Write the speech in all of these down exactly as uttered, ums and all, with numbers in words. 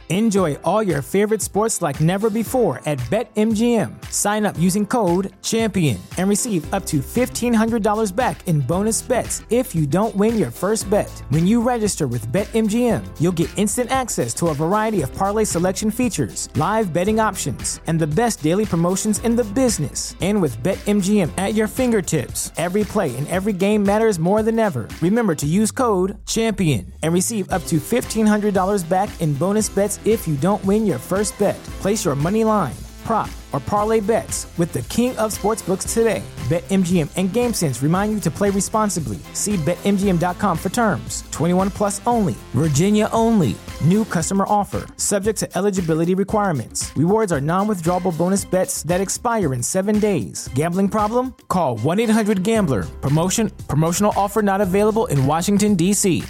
Enjoy all your favorite sports like never before at BetMGM. Sign up using code CHAMPION and receive up to fifteen hundred dollars back in bonus bets if you don't win your first bet. When you register with BetMGM, you'll get instant access to a variety of parlay selection features, live betting options, and the best daily promotions in the business. And with BetMGM at your fingertips, every play and every game matters more than ever. Remember to use code CHAMPION and receive up to fifteen hundred dollars back in bonus bets if you don't win your first bet. Place your money line, prop, or parlay bets with the king of sportsbooks today. BetMGM and GameSense remind you to play responsibly. See Bet M G M dot com for terms. twenty-one plus only. Virginia only. New customer offer. Subject to eligibility requirements. Rewards are non-withdrawable bonus bets that expire in seven days. Gambling problem? Call one eight hundred gambler. Promotion. Promotional offer not available in Washington, D C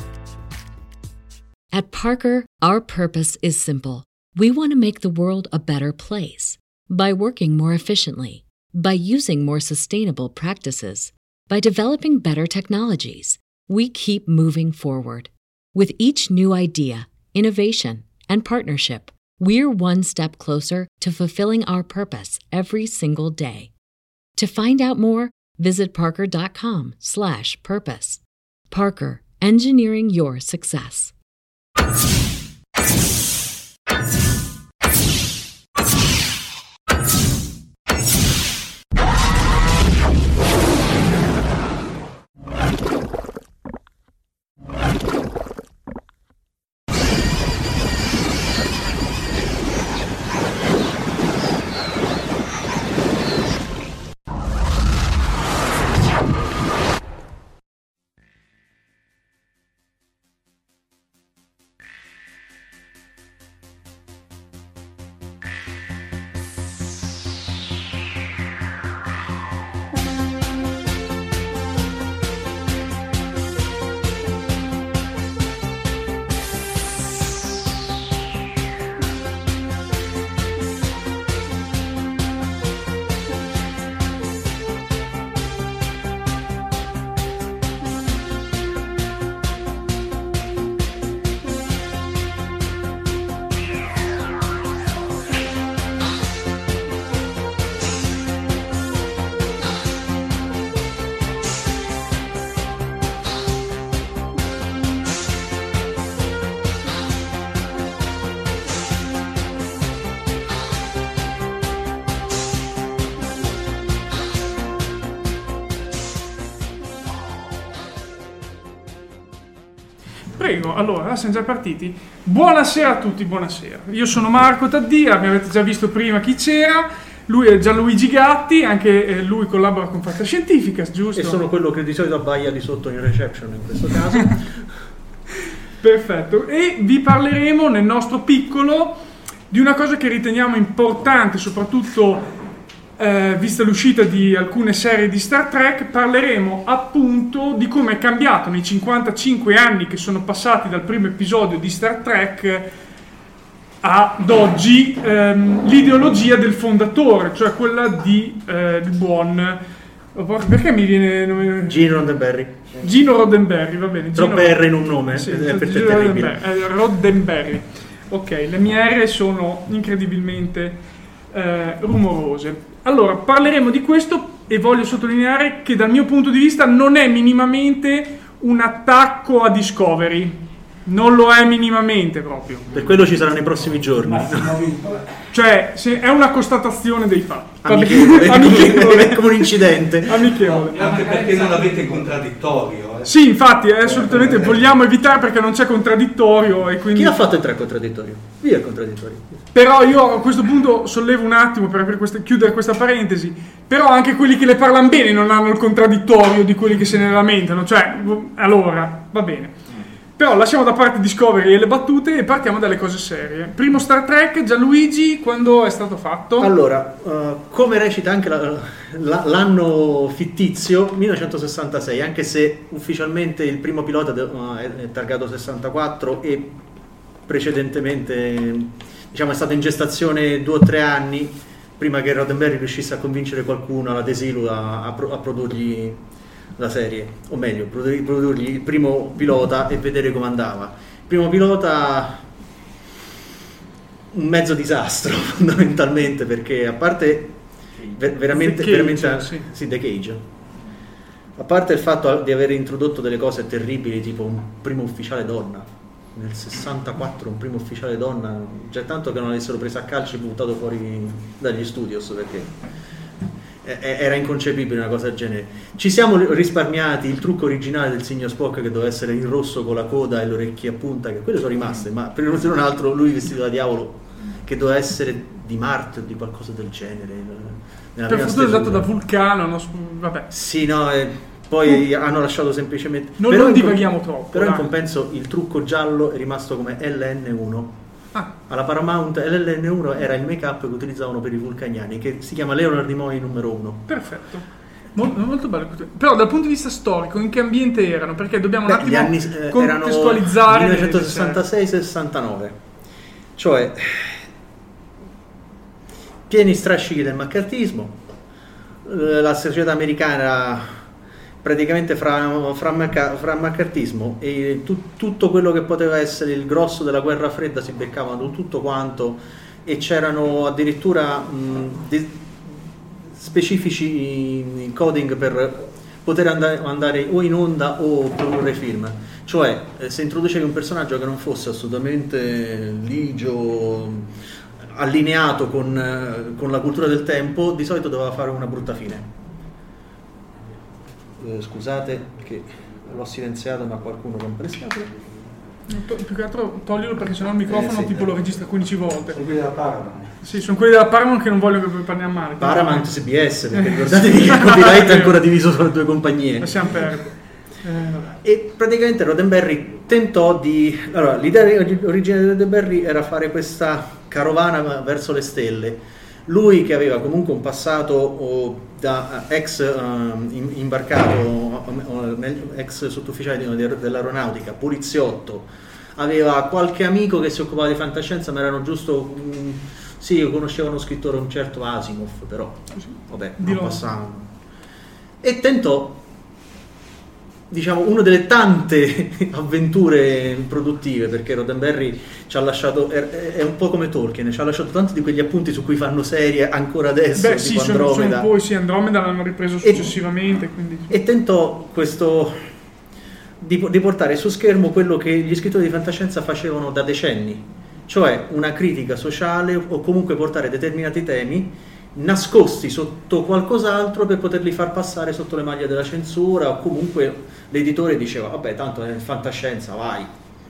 At Parker, our purpose is simple. We want to make the world a better place by working more efficiently, by using more sustainable practices, by developing better technologies. We keep moving forward. With each new idea, innovation, and partnership, we're one step closer to fulfilling our purpose every single day. To find out more, visit parker.com slash purpose. Parker, engineering your success. Prego, allora, siamo già partiti. Buonasera a tutti, buonasera. Io sono Marco Taddia, mi avete già visto prima chi c'era. Lui è Gianluigi Gatti, anche lui collabora con Fantascientificast, giusto? E sono quello che di solito abbaia di sotto in reception in questo caso. Perfetto. E vi parleremo nel nostro piccolo di una cosa che riteniamo importante, soprattutto eh, vista l'uscita di alcune serie di Star Trek. Parleremo appunto di come è cambiato nei cinquantacinque anni che sono passati dal primo episodio di Star Trek ad oggi ehm, l'ideologia del fondatore, cioè quella di eh, il buon, perché mi viene Gene Roddenberry. Gino Roddenberry, va bene. Gino Troppe R in un nome, sì, è per Gino te terribile. Roddenberry, eh, Roddenberry. Ok, le mie R sono incredibilmente eh, rumorose. Allora, parleremo di questo e voglio sottolineare che dal mio punto di vista non è minimamente un attacco a Discovery. Non lo è minimamente proprio. Per quello ci saranno i prossimi giorni. Cioè, se è una constatazione dei fatti. Amichevole, Amichevole. come un incidente. Amichevole. Anche perché non avete contraddittorio. Eh. Sì, infatti, è assolutamente vogliamo evitare perché non c'è contraddittorio e quindi... Chi ha fatto il tre contraddittorio? Via il contraddittorio. Però io a questo punto sollevo un attimo per, per questa, chiudere questa parentesi. Però anche quelli che le parlano bene non hanno il contraddittorio di quelli che se ne lamentano. Cioè, allora, va bene. Però lasciamo da parte Discovery e le battute e partiamo dalle cose serie. Primo Star Trek, Gianluigi, quando è stato fatto? Allora, uh, come recita anche la, la, l'anno fittizio, millenovecentosessantasei, anche se ufficialmente il primo pilota uh, è, è targato sessantaquattro e precedentemente, diciamo, è stato in gestazione due o tre anni prima che Roddenberry riuscisse a convincere qualcuno alla Desilu a, a, a produrgli la serie, o meglio, produrgli il primo pilota e vedere come andava. Il primo pilota un mezzo disastro fondamentalmente, perché a parte ver- veramente, The Cage, veramente sì. sì, The Cage, a parte il fatto di aver introdotto delle cose terribili, tipo un primo ufficiale donna nel sessantaquattro, un primo ufficiale donna, già tanto che non avessero preso a calci e buttato fuori dagli studios, perché era inconcepibile una cosa del genere. Ci siamo risparmiati il trucco originale del signor Spock, che doveva essere in rosso con la coda e le orecchie a punta, che quelle sono rimaste, ma per non un altro lui vestito da diavolo, che doveva essere di Marte o di qualcosa del genere. Nella Per prima fortuna è stesura. dato da Vulcano, no? Vabbè. Sì, no, e poi uh, hanno lasciato semplicemente... Non, però non in divaghiamo com- troppo. Però in dai. compenso il trucco giallo è rimasto come L N uno. Ah, Alla Paramount L N uno era il make-up che utilizzavano per i vulcaniani, che si chiama Leonard Nimoy numero uno. perfetto. Molto, molto bello. Però dal punto di vista storico, in che ambiente erano? Perché dobbiamo un Beh, attimo gli anni eh, contestualizzare. erano millenovecentosessantasei sessantanove, cioè pieni strascichi del maccartismo, eh, la società americana praticamente fra, fra, macca, fra maccartismo e tu, tutto quello che poteva essere il grosso della guerra fredda si beccavano tutto quanto, e c'erano addirittura mh, de, specifici coding per poter andare, andare o in onda o produrre film, cioè eh, se introducevi un personaggio che non fosse assolutamente ligio, allineato con, eh, con la cultura del tempo, di solito doveva fare una brutta fine. Eh, scusate che l'ho silenziato, ma qualcuno rompe le scatole. To- più che altro toglilo, perché sennò il microfono Eh, sì, tipo eh. lo registra quindici volte. Sono quelli della Paramount. Sì, sono quelli della Paramount che non voglio che parliamo male. Paramount C B S, perché ricordatevi che il copyright è ancora diviso tra le due compagnie. Lasciamo perdere. Eh, vabbè. E praticamente Roddenberry tentò di... Allora, l'idea originale di Roddenberry era fare questa carovana verso le stelle. Lui, che aveva comunque un passato oh, da ex uh, imbarcato, uh, ex sottufficiale di- dell'aeronautica, poliziotto, aveva qualche amico che si occupava di fantascienza, ma erano giusto... mm, sì, io conoscevo uno scrittore, un certo Asimov, però vabbè, Di non no. passavano. E tentò, diciamo, una delle tante avventure produttive, perché Roddenberry ci ha lasciato, è, è un po' come Tolkien, ci ha lasciato tanti di quegli appunti su cui fanno serie ancora adesso, Beh, tipo sì, sono, Andromeda. sono poi sì, Andromeda l'hanno ripreso successivamente, quindi... E tentò questo di, di portare su schermo quello che gli scrittori di fantascienza facevano da decenni, cioè una critica sociale o comunque portare determinati temi nascosti sotto qualcos'altro per poterli far passare sotto le maglie della censura, o comunque l'editore diceva vabbè, tanto è fantascienza, vai.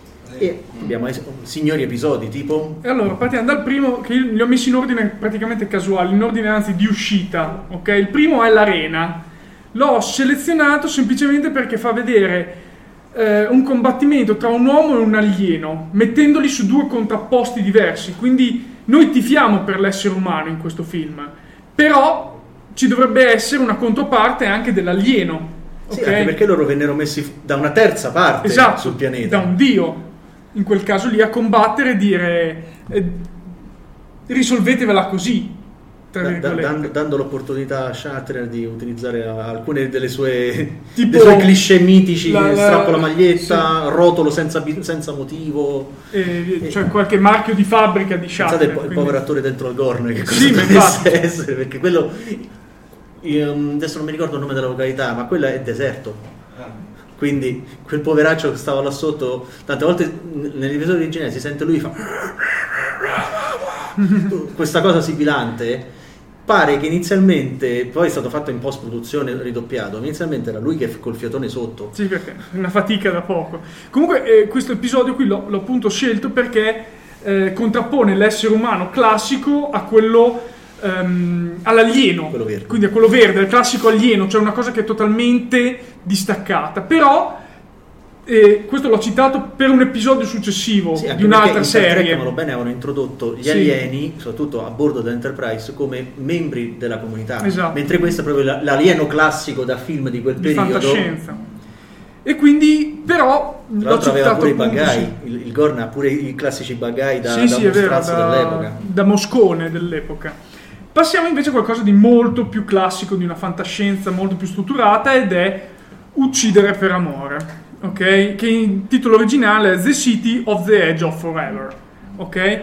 E abbiamo es- signori episodi tipo E allora partiamo dal primo, che io li ho messi in ordine praticamente casuale, in ordine anzi di uscita, ok? Il primo è l'Arena. L'ho selezionato semplicemente perché fa vedere eh, un combattimento tra un uomo e un alieno, mettendoli su due contrapposti diversi. Quindi noi tifiamo per l'essere umano in questo film, però ci dovrebbe essere una controparte anche dell'alieno. sì, ok? anche perché loro vennero messi da una terza parte Esatto, sul pianeta. da un dio, in quel caso lì, a combattere e dire eh, risolvetevela così, tra Da- da- virgolette. dando, dando l'opportunità a Shatner di utilizzare alcune delle sue, Tipo dei suoi cliché mitici, la- la- strappo la maglietta, rotolo senza, bi- senza motivo. Eh, cioè qualche marchio di fabbrica di Pensate Shatner. il, po- il quindi- povero attore dentro il Gorn, che cosa Sì, ma dovesse infatti. essere, perché quello, io, adesso non mi ricordo il nome della località, ma quella è deserto. Quindi quel poveraccio che stava là sotto, tante volte nell'episodio originale si sente lui fa questa cosa sibilante. Pare che inizialmente, poi è stato fatto in post produzione ridoppiato, inizialmente era lui che col fiatone sotto. Sì, perché è una fatica da poco. Comunque eh, questo episodio qui l'ho, l'ho appunto scelto perché eh, contrappone l'essere umano classico a quello ehm, all'alieno, Quello verde. quindi a quello verde, al classico alieno, cioè una cosa che è totalmente distaccata. Però eh, questo l'ho citato per un episodio successivo Sì, anche di un'altra perché in Star Trek, serie. malò bene, avevano introdotto gli Sì. alieni, soprattutto a bordo dell'Enterprise, come membri della comunità. Esatto. Mentre questo è proprio la- l'alieno classico da film di quel Di periodo. fantascienza. E quindi, però, Tra l'ho l'altro aveva citato pure i appunto, bagai, sì. il, il Gorn ha pure i classici bagai da, Sì, da sì, è vero, mostrazzo da, dell'epoca. da Moscone dell'epoca. Passiamo invece a qualcosa di molto più classico, di una fantascienza molto più strutturata, ed è Uccidere per amore, ok? Che in titolo originale è The City of the Edge of Forever, ok?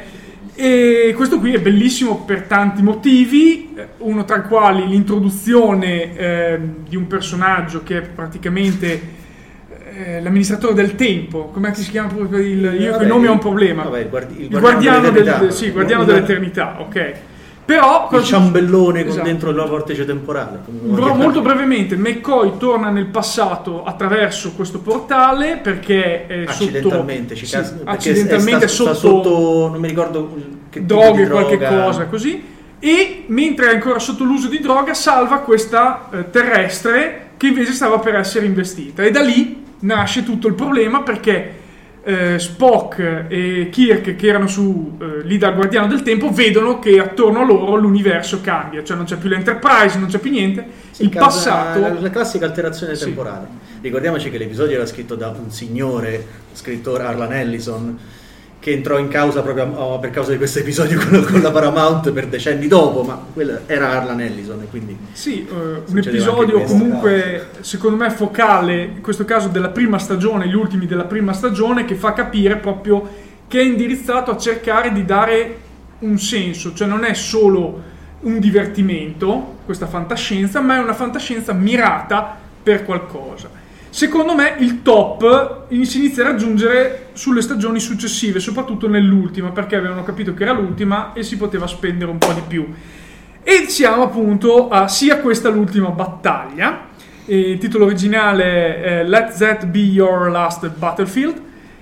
E questo qui è bellissimo per tanti motivi, uno tra i quali l'introduzione eh, di un personaggio che è praticamente eh, l'amministratore del tempo. Com'è che si chiama? Il, io vabbè, con i nomi il, ho un problema. Vabbè, il, guardi, il, il guardiano, guardiano del, sì, guardiano no, dell'eternità, ok. Però il ciambellone con esatto. dentro la vortice temporale. Però molto brevemente McCoy torna nel passato attraverso questo portale perché è accidentalmente, sotto, ci cas- sì, perché accidentalmente è sta, sotto, sta sotto non mi ricordo che droghe, tipo di qualche droga. cosa così, e mentre è ancora sotto l'uso di droga salva questa eh, terrestre che invece stava per essere investita, e da lì nasce tutto il problema perché Eh, Spock e Kirk, che erano su eh, lì dal guardiano del tempo, vedono che attorno a loro l'universo cambia, cioè non c'è più l'Enterprise, non c'è più niente, sì, il causa, passato la, la classica alterazione sì. temporale. Ricordiamoci che l'episodio era scritto da un signore scrittore, Harlan Ellison, che entrò in causa proprio oh, per causa di questo episodio con, con la Paramount per decenni dopo, ma quello era Harlan Ellison e quindi sì, uh, un episodio comunque secondo me focale, in questo caso della prima stagione, gli ultimi della prima stagione, che fa capire proprio che è indirizzato a cercare di dare un senso, cioè non è solo un divertimento questa fantascienza, ma è una fantascienza mirata per qualcosa. Secondo me il top si inizia a raggiungere sulle stagioni successive, soprattutto nell'ultima, perché avevano capito che era l'ultima e si poteva spendere un po' di più. E siamo appunto a sia questa l'ultima battaglia, il titolo originale è Let That Be Your Last Battlefield,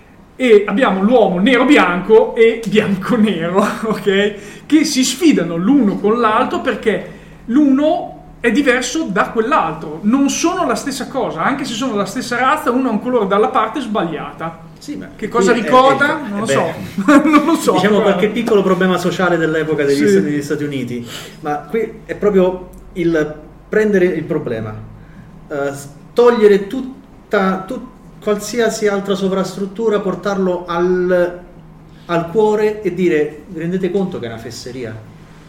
e abbiamo l'uomo nero-bianco e bianco-nero, ok? Che si sfidano l'uno con l'altro perché l'uno è diverso da quell'altro, non sono la stessa cosa, anche se sono la stessa razza, uno ha un colore dalla parte sbagliata. sì, ma Che cosa è, ricorda? è, è, non lo beh, so. non lo so. Diciamo qualche piccolo problema sociale dell'epoca degli, sì. degli Stati Uniti, ma qui è proprio il prendere il problema, uh, togliere tutta, tut, qualsiasi altra sovrastruttura, portarlo al, al cuore e dire: vi rendete conto che è una fesseria?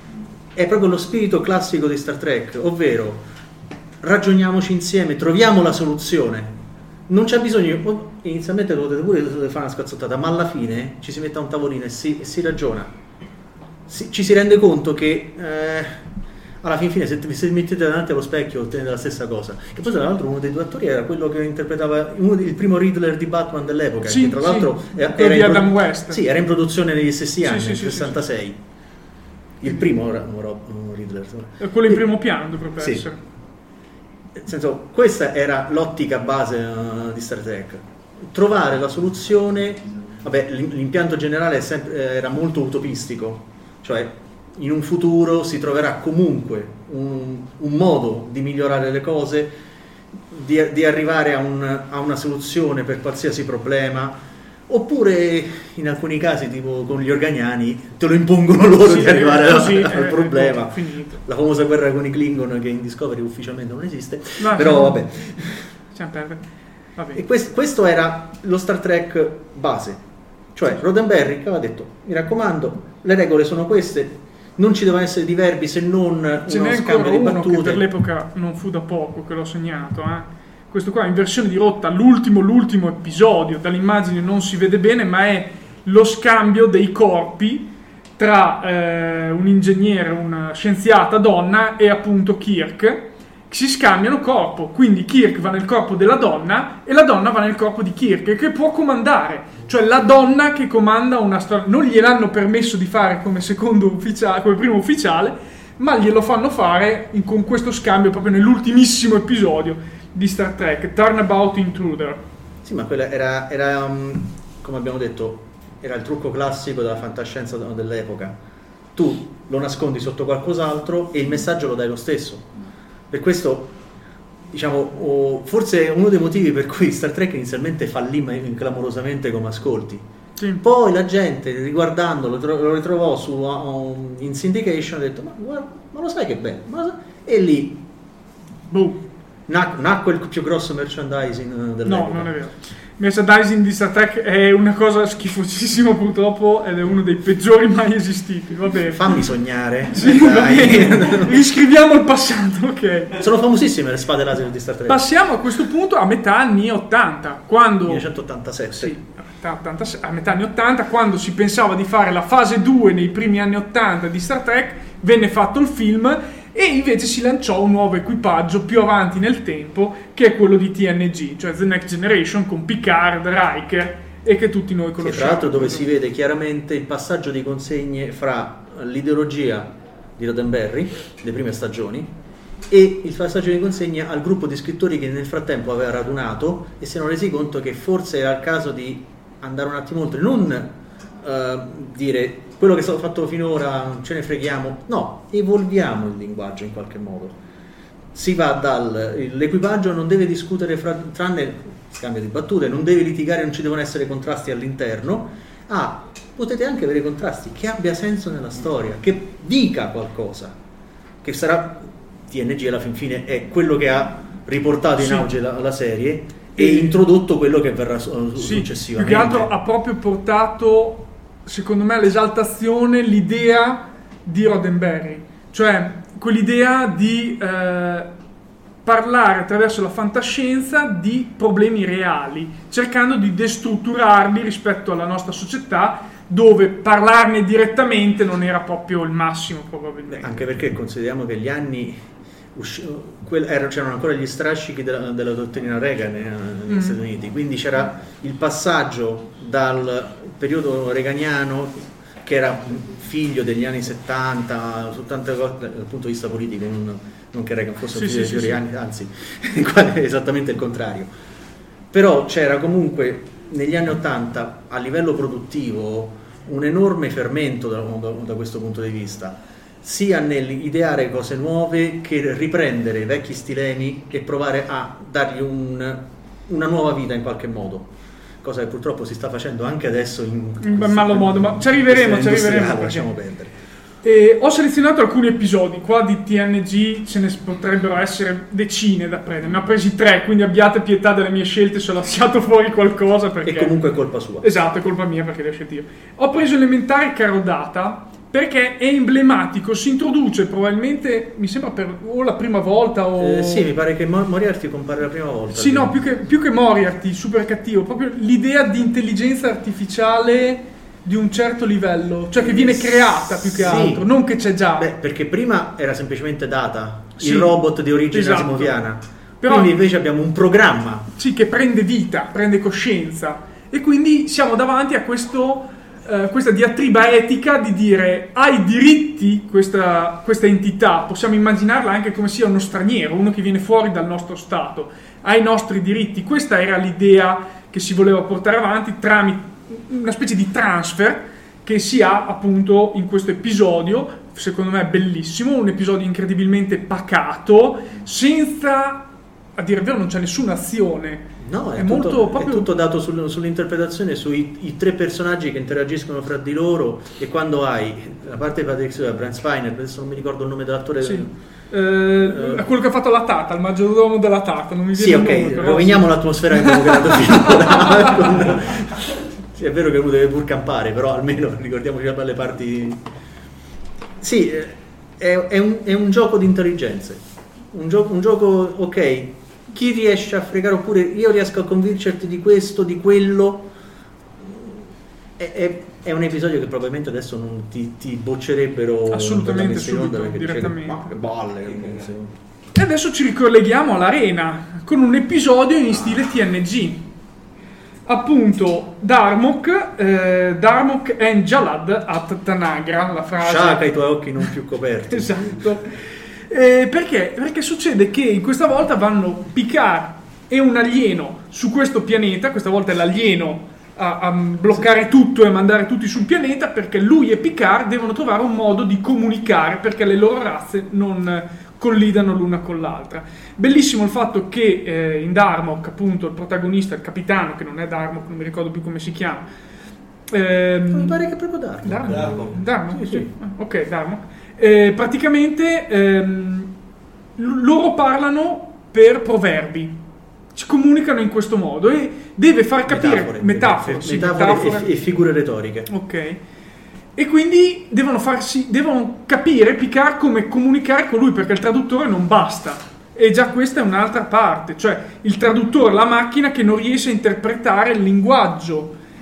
È proprio lo spirito classico di Star Trek, ovvero ragioniamoci insieme, troviamo la soluzione. Non c'è bisogno, inizialmente potete pure fare una scazzottata, ma alla fine ci si mette a un tavolino e si, e si ragiona. Si, ci si rende conto che eh, alla fin fine se vi se mettete davanti allo specchio ottenete la stessa cosa. Che poi tra l'altro uno dei due attori era quello che interpretava uno il primo Riddler di Batman dell'epoca, sì, che tra l'altro sì, era, era di Adam produ- West. Sì, era in produzione negli stessi Sì, anni, sì, nel sì, sessantasei. sì. Il primo era un Riddler. Quello in primo piano dovrebbe sì. essere. Nel senso, questa era l'ottica base uh, di Star Trek. Trovare la soluzione. Vabbè, l'impianto generale è sempre, era molto utopistico, cioè in un futuro si troverà comunque un, un modo di migliorare le cose, di, di arrivare a, un, a una soluzione per qualsiasi problema. Oppure in alcuni casi, tipo con gli organiani, te lo impongono loro sì, di arrivare così, al, al è, problema. È finito. La famosa guerra con i Klingon, che in Discovery ufficialmente non esiste, no, però no. vabbè. vabbè. E questo, questo era lo Star Trek base. Cioè Roddenberry aveva detto: mi raccomando, le regole sono queste, non ci devono essere diverbi se non Ce uno n'è scambio ancora di uno battute. che per l'epoca non fu da poco che l'ho segnato, eh. Questo qua in versione di rotta, l'ultimo, l'ultimo episodio, dall'immagine non si vede bene, ma è lo scambio dei corpi tra eh, un ingegnere, una scienziata donna e appunto Kirk. Si scambiano corpo, quindi Kirk va nel corpo della donna e la donna va nel corpo di Kirk, che può comandare, cioè la donna che comanda una storia. Non gliel'hanno permesso di fare come secondo ufficiale, come primo ufficiale, ma glielo fanno fare in, con questo scambio proprio nell'ultimissimo episodio di Star Trek, Turnabout Intruder. Sì, ma quella era, era um, come abbiamo detto, era il trucco classico della fantascienza dell'epoca. Tu lo nascondi sotto qualcos'altro e il messaggio lo dai lo stesso. Per questo, diciamo, oh, forse è uno dei motivi per cui Star Trek inizialmente fallì clamorosamente come ascolti. Sì. Poi la gente, riguardandolo, lo ritrovò su, uh, in syndication, ha detto: ma, guarda, ma lo sai che bello? Ma e lì Boom. nacque il più grosso merchandising dell'epoca. No, non è vero. Merchandising di Star Trek è una cosa schifosissima purtroppo, ed è uno dei peggiori mai esistiti. Va bene. Fammi sognare. Sì, va bene. Riscriviamo il passato, ok. Sono famosissime le spade laser di Star Trek. Passiamo a questo punto a metà anni ottanta, quando millenovecentottantasette. sì, metà, ottantasei, a metà anni ottanta, quando si pensava di fare la fase due nei primi anni ottanta di Star Trek, venne fatto il film e invece si lanciò un nuovo equipaggio più avanti nel tempo, che è quello di T N G, cioè The Next Generation, con Picard, Riker e che tutti noi conosciamo. E tra l'altro dove si vede chiaramente il passaggio di consegne fra l'ideologia di Roddenberry, le prime stagioni, e il passaggio di consegna al gruppo di scrittori che nel frattempo aveva radunato e si erano resi conto che forse era il caso di andare un attimo oltre, non uh, dire quello che è stato fatto finora ce ne freghiamo, no, evolviamo il linguaggio in qualche modo. Si va dal l'equipaggio non deve discutere fra, tranne scambio di battute, non deve litigare, non ci devono essere contrasti all'interno, a potete anche avere contrasti, che abbia senso nella storia, che dica qualcosa, che sarà T N G alla fin fine è quello che ha riportato in sì. auge la, la serie e, e introdotto quello che verrà su, sì, successivamente. Più che altro ha proprio portato, secondo me, all'esaltazione l'idea di Roddenberry, cioè quell'idea di eh, parlare attraverso la fantascienza di problemi reali, cercando di destrutturarli rispetto alla nostra società, dove parlarne direttamente non era proprio il massimo, probabilmente. Anche perché consideriamo che gli anni usci- quel, erano, c'erano ancora gli strascichi della, della dottrina Reagan eh, negli mm. Stati Uniti, quindi c'era il passaggio dal periodo reganiano, che era figlio degli anni settanta, su tante cose dal punto di vista politico, non, non che Reagan fosse un sì, figlio sì, degli sì, reganiani, anzi è esattamente il contrario. Però c'era comunque negli anni ottanta a livello produttivo un enorme fermento da, da, da questo punto di vista, sia nell'ideare cose nuove che riprendere i vecchi stilemi e provare a dargli un, una nuova vita in qualche modo, cosa che purtroppo si sta facendo anche adesso in, in malo modo, ma ci arriveremo, ci arriveremo. Lasciamo perdere. E ho selezionato alcuni episodi, qua di T N G ce ne potrebbero essere decine da prendere, ne ho presi tre, quindi abbiate pietà delle mie scelte se ho lasciato fuori qualcosa perché... E comunque è colpa sua. Esatto, è colpa mia perché le ho scelte io. Ho preso Elementare Caro Data perché è emblematico, si introduce probabilmente, mi sembra per o la prima volta o... Eh, sì, mi pare che Moriarty compare la prima volta. Sì, no, più che, più che Moriarty, super cattivo, proprio l'idea di intelligenza artificiale di un certo livello, cioè che viene creata più che sì. altro, non che c'è già. Beh, perché prima era semplicemente Data, sì, il robot di origine esatto. asimoviana. Però, quindi invece abbiamo un programma. Sì, che prende vita, prende coscienza. E quindi siamo davanti a questo, eh, questa diatriba etica di dire hai diritti questa, questa entità, possiamo immaginarla anche come sia uno straniero, uno che viene fuori dal nostro stato, ha i nostri diritti. Questa era l'idea che si voleva portare avanti tramite una specie di transfer che si ha appunto in questo episodio, secondo me bellissimo, un episodio incredibilmente pacato, senza, a dire il vero, non c'è nessuna azione. No, è, è, tutto, molto, proprio... è tutto dato sul, sull'interpretazione, sui i tre personaggi che interagiscono fra di loro, e quando hai la parte di Patrick Stewart, Brent Spiner, adesso non mi ricordo il nome dell'attore. Sì. Eh, uh, quello che ha fatto la Tata, il maggiordomo della Tata, non mi viene sì, il ok, nome, però roviniamo sì. l'atmosfera che abbiamo creato finora. con... Sì, è vero che uno deve pur campare, però almeno ricordiamoci le parti. Sì, è, è, un, è un gioco di intelligenze, un, gio- un gioco, ok, chi riesce a fregare, oppure io riesco a convincerti di questo, di quello. È, è, è un episodio che probabilmente adesso non ti, ti boccerebbero assolutamente subito, perché direttamente. Dice, ma che balle. E adesso ci ricolleghiamo all'arena con un episodio in stile T N G. Appunto, Darmok, eh, Darmok and Jalad at Tanagra, la frase. Sciaca i tuoi occhi non più coperti. Esatto. Eh, perché? Perché succede che in questa volta vanno Picard e un alieno su questo pianeta, questa volta è l'alieno a, a bloccare tutto e mandare tutti sul pianeta, perché lui e Picard devono trovare un modo di comunicare perché le loro razze non collidano l'una con l'altra. Bellissimo il fatto che eh, in Darmok, appunto, il protagonista, il capitano, che non è Darmok, non mi ricordo più come si chiama. Ehm, mi pare che è proprio Darmok. Darmok? Darmok. Darmok, sì, sì. sì. Ok, Darmok. Eh, praticamente ehm, l- loro parlano per proverbi, ci comunicano in questo modo e deve far capire metafore, metafore, sì, metafore, metafore. E, e figure retoriche. Ok. E quindi devono farsi, devono capire Picard come comunicare con lui, perché il traduttore non basta. E già questa è un'altra parte, cioè il traduttore, la macchina che non riesce a interpretare il linguaggio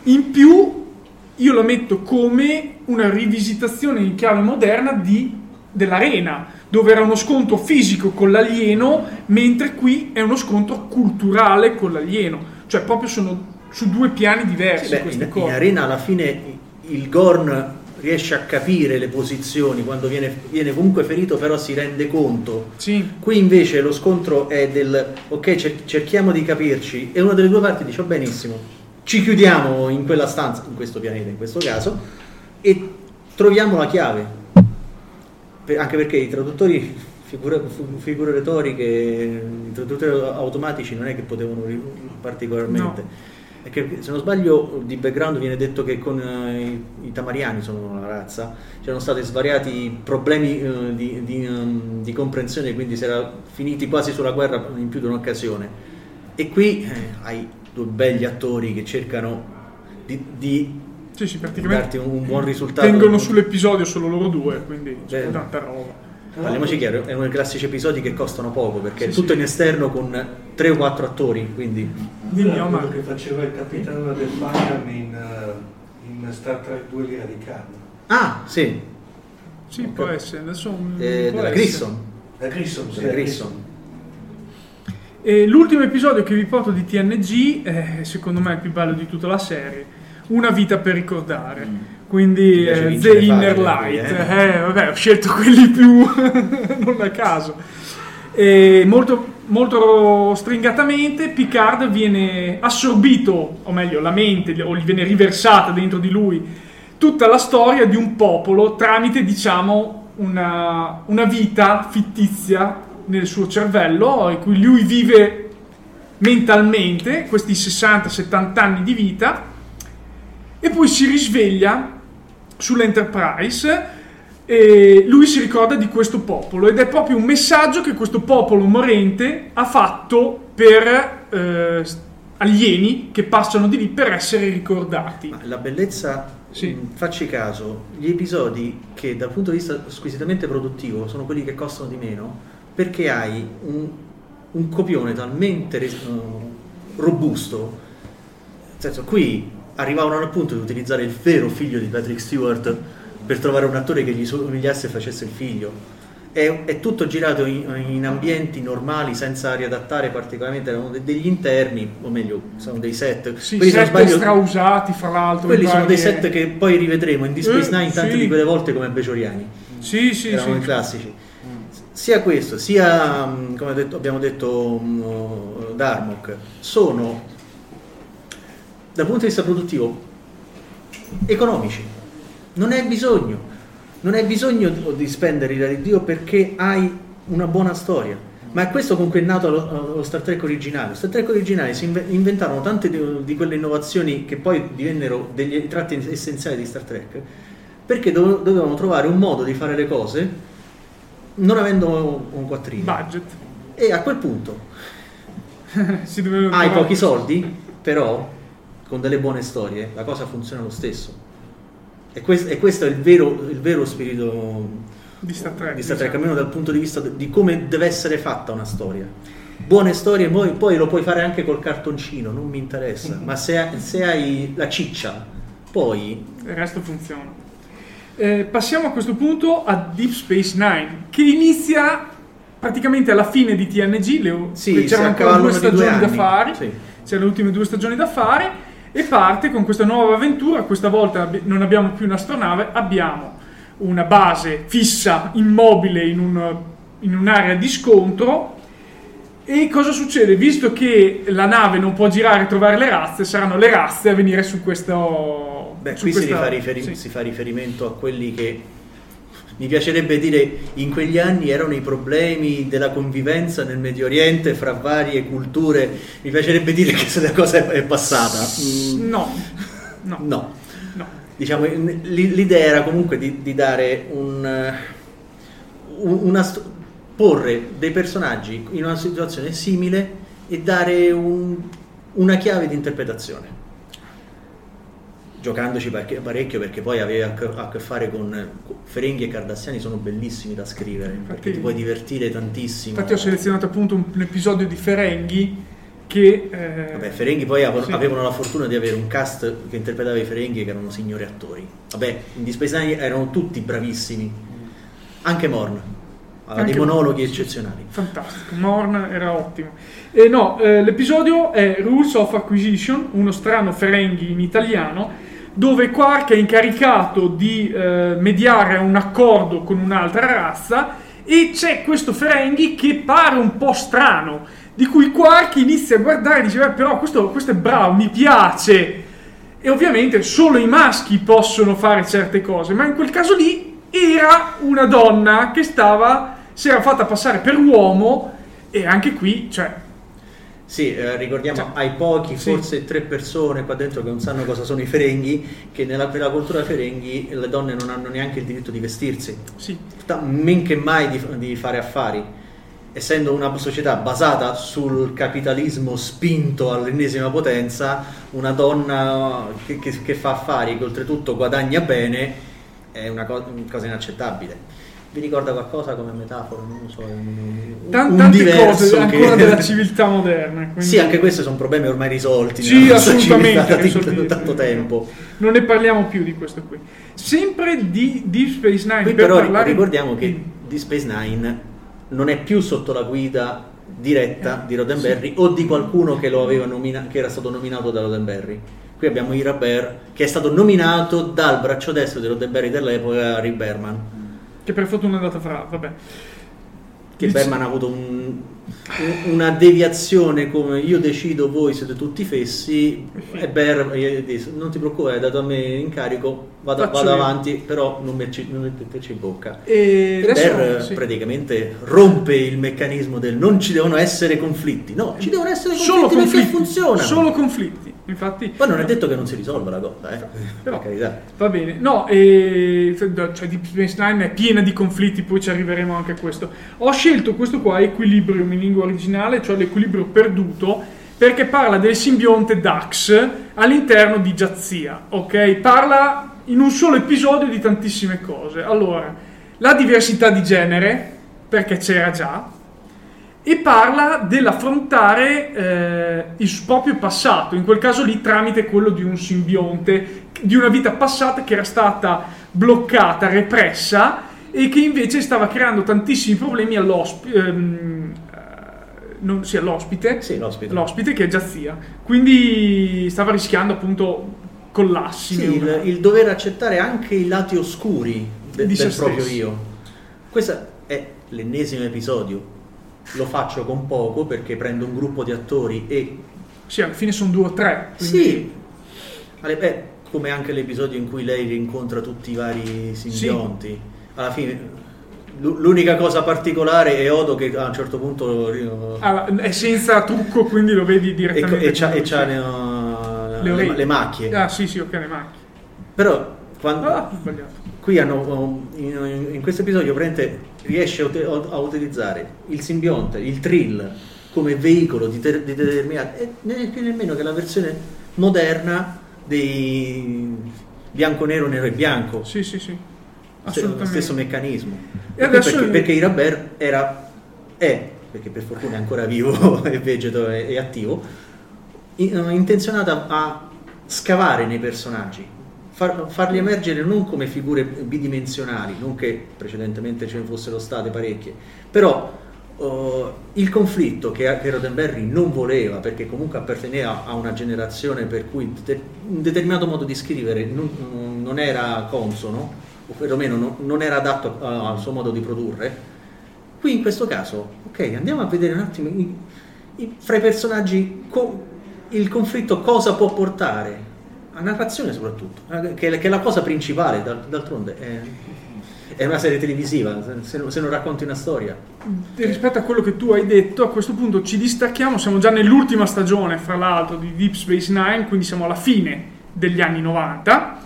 In più io lo metto come una rivisitazione in chiave moderna di, dell'arena, dove era uno scontro fisico con l'alieno, mentre qui è uno scontro culturale con l'alieno, cioè proprio sono su due piani diversi. Sì, beh, queste in, cose. in arena alla fine il Gorn riesce a capire le posizioni quando viene, viene comunque ferito, però si rende conto. Sì. Qui invece lo scontro è del ok, cer- cerchiamo di capirci, e una delle due parti dice: oh, benissimo, ci chiudiamo in quella stanza, in questo pianeta in questo caso, e troviamo la chiave. Per, anche perché i traduttori, figure, figure retoriche, i traduttori automatici non è che potevano particolarmente. No. È che, se non sbaglio, di background viene detto che con uh, i, i tamariani sono una razza, c'erano stati svariati problemi uh, di, di, um, di comprensione, quindi si era finiti quasi sulla guerra in più di un'occasione. E qui eh, hai due belli attori che cercano di, di sì, sì, praticamente darti un, un buon risultato. Tengono sull'episodio solo loro due, quindi c'è Beh, tanta roba. Parliamoci chiaro, è uno dei classici episodi che costano poco, perché sì, è tutto sì. in esterno con tre o quattro attori, quindi... Dimmi, quello Omar. che faceva il capitano del Farnham in, uh, in Star Trek due Lira di Carne. Ah, sì, Sì, Ok. può essere. Adesso un- eh, può della essere. Grissom. La Grissom, sì, Della la Grissom. E l'ultimo episodio che vi porto di T N G è secondo me il più bello di tutta la serie, Una vita per ricordare. Mm. Quindi Ti piace eh, vincere The Inner facile, Light. quindi, Eh, vabbè, ho scelto quelli più non a caso. E molto, molto stringatamente Picard viene assorbito, o meglio la mente, o gli viene riversata dentro di lui tutta la storia di un popolo tramite, diciamo, una, una vita fittizia nel suo cervello, in cui lui vive mentalmente questi sessanta settanta anni di vita, e poi si risveglia sull'Enterprise e lui si ricorda di questo popolo, ed è proprio un messaggio che questo popolo morente ha fatto per eh, alieni che passano di lì per essere ricordati. Ma la bellezza, Sì. mh, facci caso, gli episodi che dal punto di vista squisitamente produttivo sono quelli che costano di meno, perché hai un, un copione talmente res- uh, robusto, nel senso, qui arrivavano al punto di utilizzare il vero figlio di Patrick Stewart per trovare un attore che gli somigliasse e facesse il figlio. È, è tutto girato in, in ambienti normali, senza riadattare particolarmente, erano de- degli interni, o meglio, sono dei set. Sì, Quelli, se non set sbaglio, strausati fra l'altro. quelli in sono dei varie- set che poi rivedremo in Deep Space Eh, Nine tante sì. di quelle volte come Becioriani. Sì, sì, Erano sì. i classici. Sia questo, sia mh, come detto- abbiamo detto mh, Darmok, sono dal punto di vista produttivo economici. Non hai bisogno, non hai bisogno di spendere l'ira di Dio, perché hai una buona storia. Ma è questo con cui è nato lo, lo Star Trek originale. Lo Star Trek originale si inve- inventarono tante di, di quelle innovazioni che poi divennero degli tratti essenziali di Star Trek, perché dove- dovevano trovare un modo di fare le cose non avendo un quattrino. Budget. E a quel punto Si doveva hai trovare- pochi soldi, però con delle buone storie la cosa funziona lo stesso. E questo, e questo è il vero, il vero spirito di Star Trek, di Star Trek, diciamo. almeno dal punto di vista di come deve essere fatta una storia. Buone storie, poi, poi lo puoi fare anche col cartoncino, non mi interessa, ma se, se hai la ciccia, poi Il resto funziona. Eh, passiamo a questo punto a Deep Space Nine, che inizia praticamente alla fine di T N G. Le, sì, c'erano si ancora due accavallano di stagioni da anni. fare, Sì. c'erano le ultime due stagioni da fare, e parte con questa nuova avventura. Questa volta abbi- non abbiamo più un'astronave, abbiamo una base fissa, immobile, in, un, in un'area di scontro. E cosa succede? Visto che la nave non può girare e trovare le razze, saranno le razze a venire su questo... Beh, su qui questa, si, rifà riferi- sì. si fa riferimento a quelli che mi piacerebbe dire in quegli anni erano i problemi della convivenza nel Medio Oriente fra varie culture. Mi piacerebbe dire che se la cosa è, è passata. Mm, No, no, no. no. Diciamo, l- l'idea era comunque di, di dare un, eh, un- una st- porre dei personaggi in una situazione simile e dare un- una chiave di interpretazione, giocandoci perché- parecchio, perché poi aveva a che- a che fare con Ferenghi e Cardassiani, sono bellissimi da scrivere, Infatti- perché ti puoi divertire tantissimo. Infatti ho selezionato appunto un, un episodio di Ferenghi che... Eh, Vabbè, Ferenghi poi avevano, sì. avevano la fortuna di avere un cast che interpretava i Ferenghi che erano signori attori. Vabbè, in Deep Space Nine erano tutti bravissimi, anche Morn aveva Anche dei monologhi Morn, eccezionali. Fantastico, Morn era ottimo. E no, eh, l'episodio è Rules of Acquisition, uno strano Ferengi in italiano, dove Quark è incaricato di eh, mediare un accordo con un'altra razza e c'è questo Ferengi che pare un po' strano, di cui Quark inizia a guardare e dice "Beh, però questo, questo è bravo, mi piace". E ovviamente solo i maschi possono fare certe cose, ma in quel caso lì era una donna che stava, si era fatta passare per uomo, e anche qui, cioè... Sì, eh, ricordiamo Cioè, ai pochi, sì. forse tre persone qua dentro che non sanno cosa sono i Ferenghi, che nella, nella cultura Ferenghi le donne non hanno neanche il diritto di vestirsi, Sì. men che mai di, di fare affari. Essendo una società basata sul capitalismo spinto all'ennesima potenza, una donna che, che, che fa affari, che oltretutto guadagna bene, è una, co- una cosa inaccettabile. Vi ricorda qualcosa come metafora? Non lo so, un, Tan- un tante diverso cose ancora che... della civiltà moderna. Quindi... Sì, anche questi sono problemi ormai risolti. Sì, nella nostra assolutamente, civiltà da risolti. tanto tempo. Non ne parliamo più di questo qui. Sempre di Deep Space Nine. Qui per però parlare... ricordiamo che Deep Space Nine non è più sotto la guida diretta Eh, di Roddenberry, sì, o di qualcuno che lo aveva nomina- che era stato nominato da Roddenberry. Qui abbiamo Ira Behr che è stato nominato dal braccio destro di Roddenberry dell'epoca, Rick Berman. Che per fortuna è andata fra, vabbè. Che Il- Berman ha avuto un, un- una deviazione come io decido, voi siete tutti fessi, e Behr gli ha detto, non ti preoccupare, hai dato a me l'incarico, vado, Faccio vado io. avanti, però non metterci, non metterci in bocca. E E adesso, Behr sì. praticamente rompe il meccanismo del non ci devono essere conflitti, no, ci devono essere conflitti, Solo perché conflitti, funzionano. solo conflitti. Infatti, Poi non è detto che non si risolva la cosa, eh. Però- Per carità. va bene. No, e, cioè Deep Space Nine è piena di conflitti, poi ci arriveremo anche a questo. Ho scelto questo qua, Equilibrium in lingua originale, cioè l'equilibrio perduto, perché parla del simbionte Dax all'interno di Jadzia, ok? Parla in un solo episodio di tantissime cose. Allora, la diversità di genere, perché c'era già, e parla dell'affrontare eh, il proprio passato, in quel caso lì tramite quello di un simbionte, di una vita passata che era stata bloccata, repressa, e che invece stava creando tantissimi problemi all'ospite, ehm, non, sì, all'ospite, Sì, l'ospite. l'ospite che è Jadzia, quindi stava rischiando appunto collassi. Sì, il, neurali. il dover accettare anche i lati oscuri de- Di del se proprio stessi. io. Questo è l'ennesimo episodio. Lo faccio con poco perché prendo un gruppo di attori e Sì, alla fine sono due o tre. quindi- sì, alle- beh, come anche l'episodio in cui lei rincontra tutti i vari simbionti. Alla fine l- l'unica cosa particolare è Odo che a un certo punto Ah, è senza trucco, quindi lo vedi e, direttamente. e c'ha, e come- c'ha ne- uh, Le le, orecchie. le macchie. Ah, sì, sì, ok, le macchie. Però quando Ah, ho sbagliato. qui hanno in, in questo episodio praticamente riesce a, ut- a utilizzare il simbionte, il Trill come veicolo di, ter- di determinati, e non è più nemmeno che la versione moderna dei bianco nero nero e bianco, Sì, sì, sì. lo Assolutamente. stesso meccanismo. E adesso- perché, perché Ira Behr era è perché per fortuna è ancora vivo e vegeto e, e attivo, in- intenzionata a scavare nei personaggi, far- farli emergere non come figure bidimensionali, non che precedentemente ce ne fossero state parecchie, però uh, il conflitto che, che Roddenberry non voleva, perché comunque apparteneva a una generazione per cui de- un determinato modo di scrivere non, non era consono, o perlomeno non, non era adatto uh, al suo modo di produrre. Qui in questo caso, ok, andiamo a vedere un attimo i- i- fra i personaggi co- il conflitto cosa può portare, a narrazione soprattutto, eh, che, che è la cosa principale, d'al- d'altronde è, è una serie televisiva, se, non- se non racconti una storia. Rispetto a quello che tu hai detto, a questo punto ci distacchiamo, siamo già nell'ultima stagione, fra l'altro, di Deep Space Nine, quindi siamo alla fine degli anni novanta,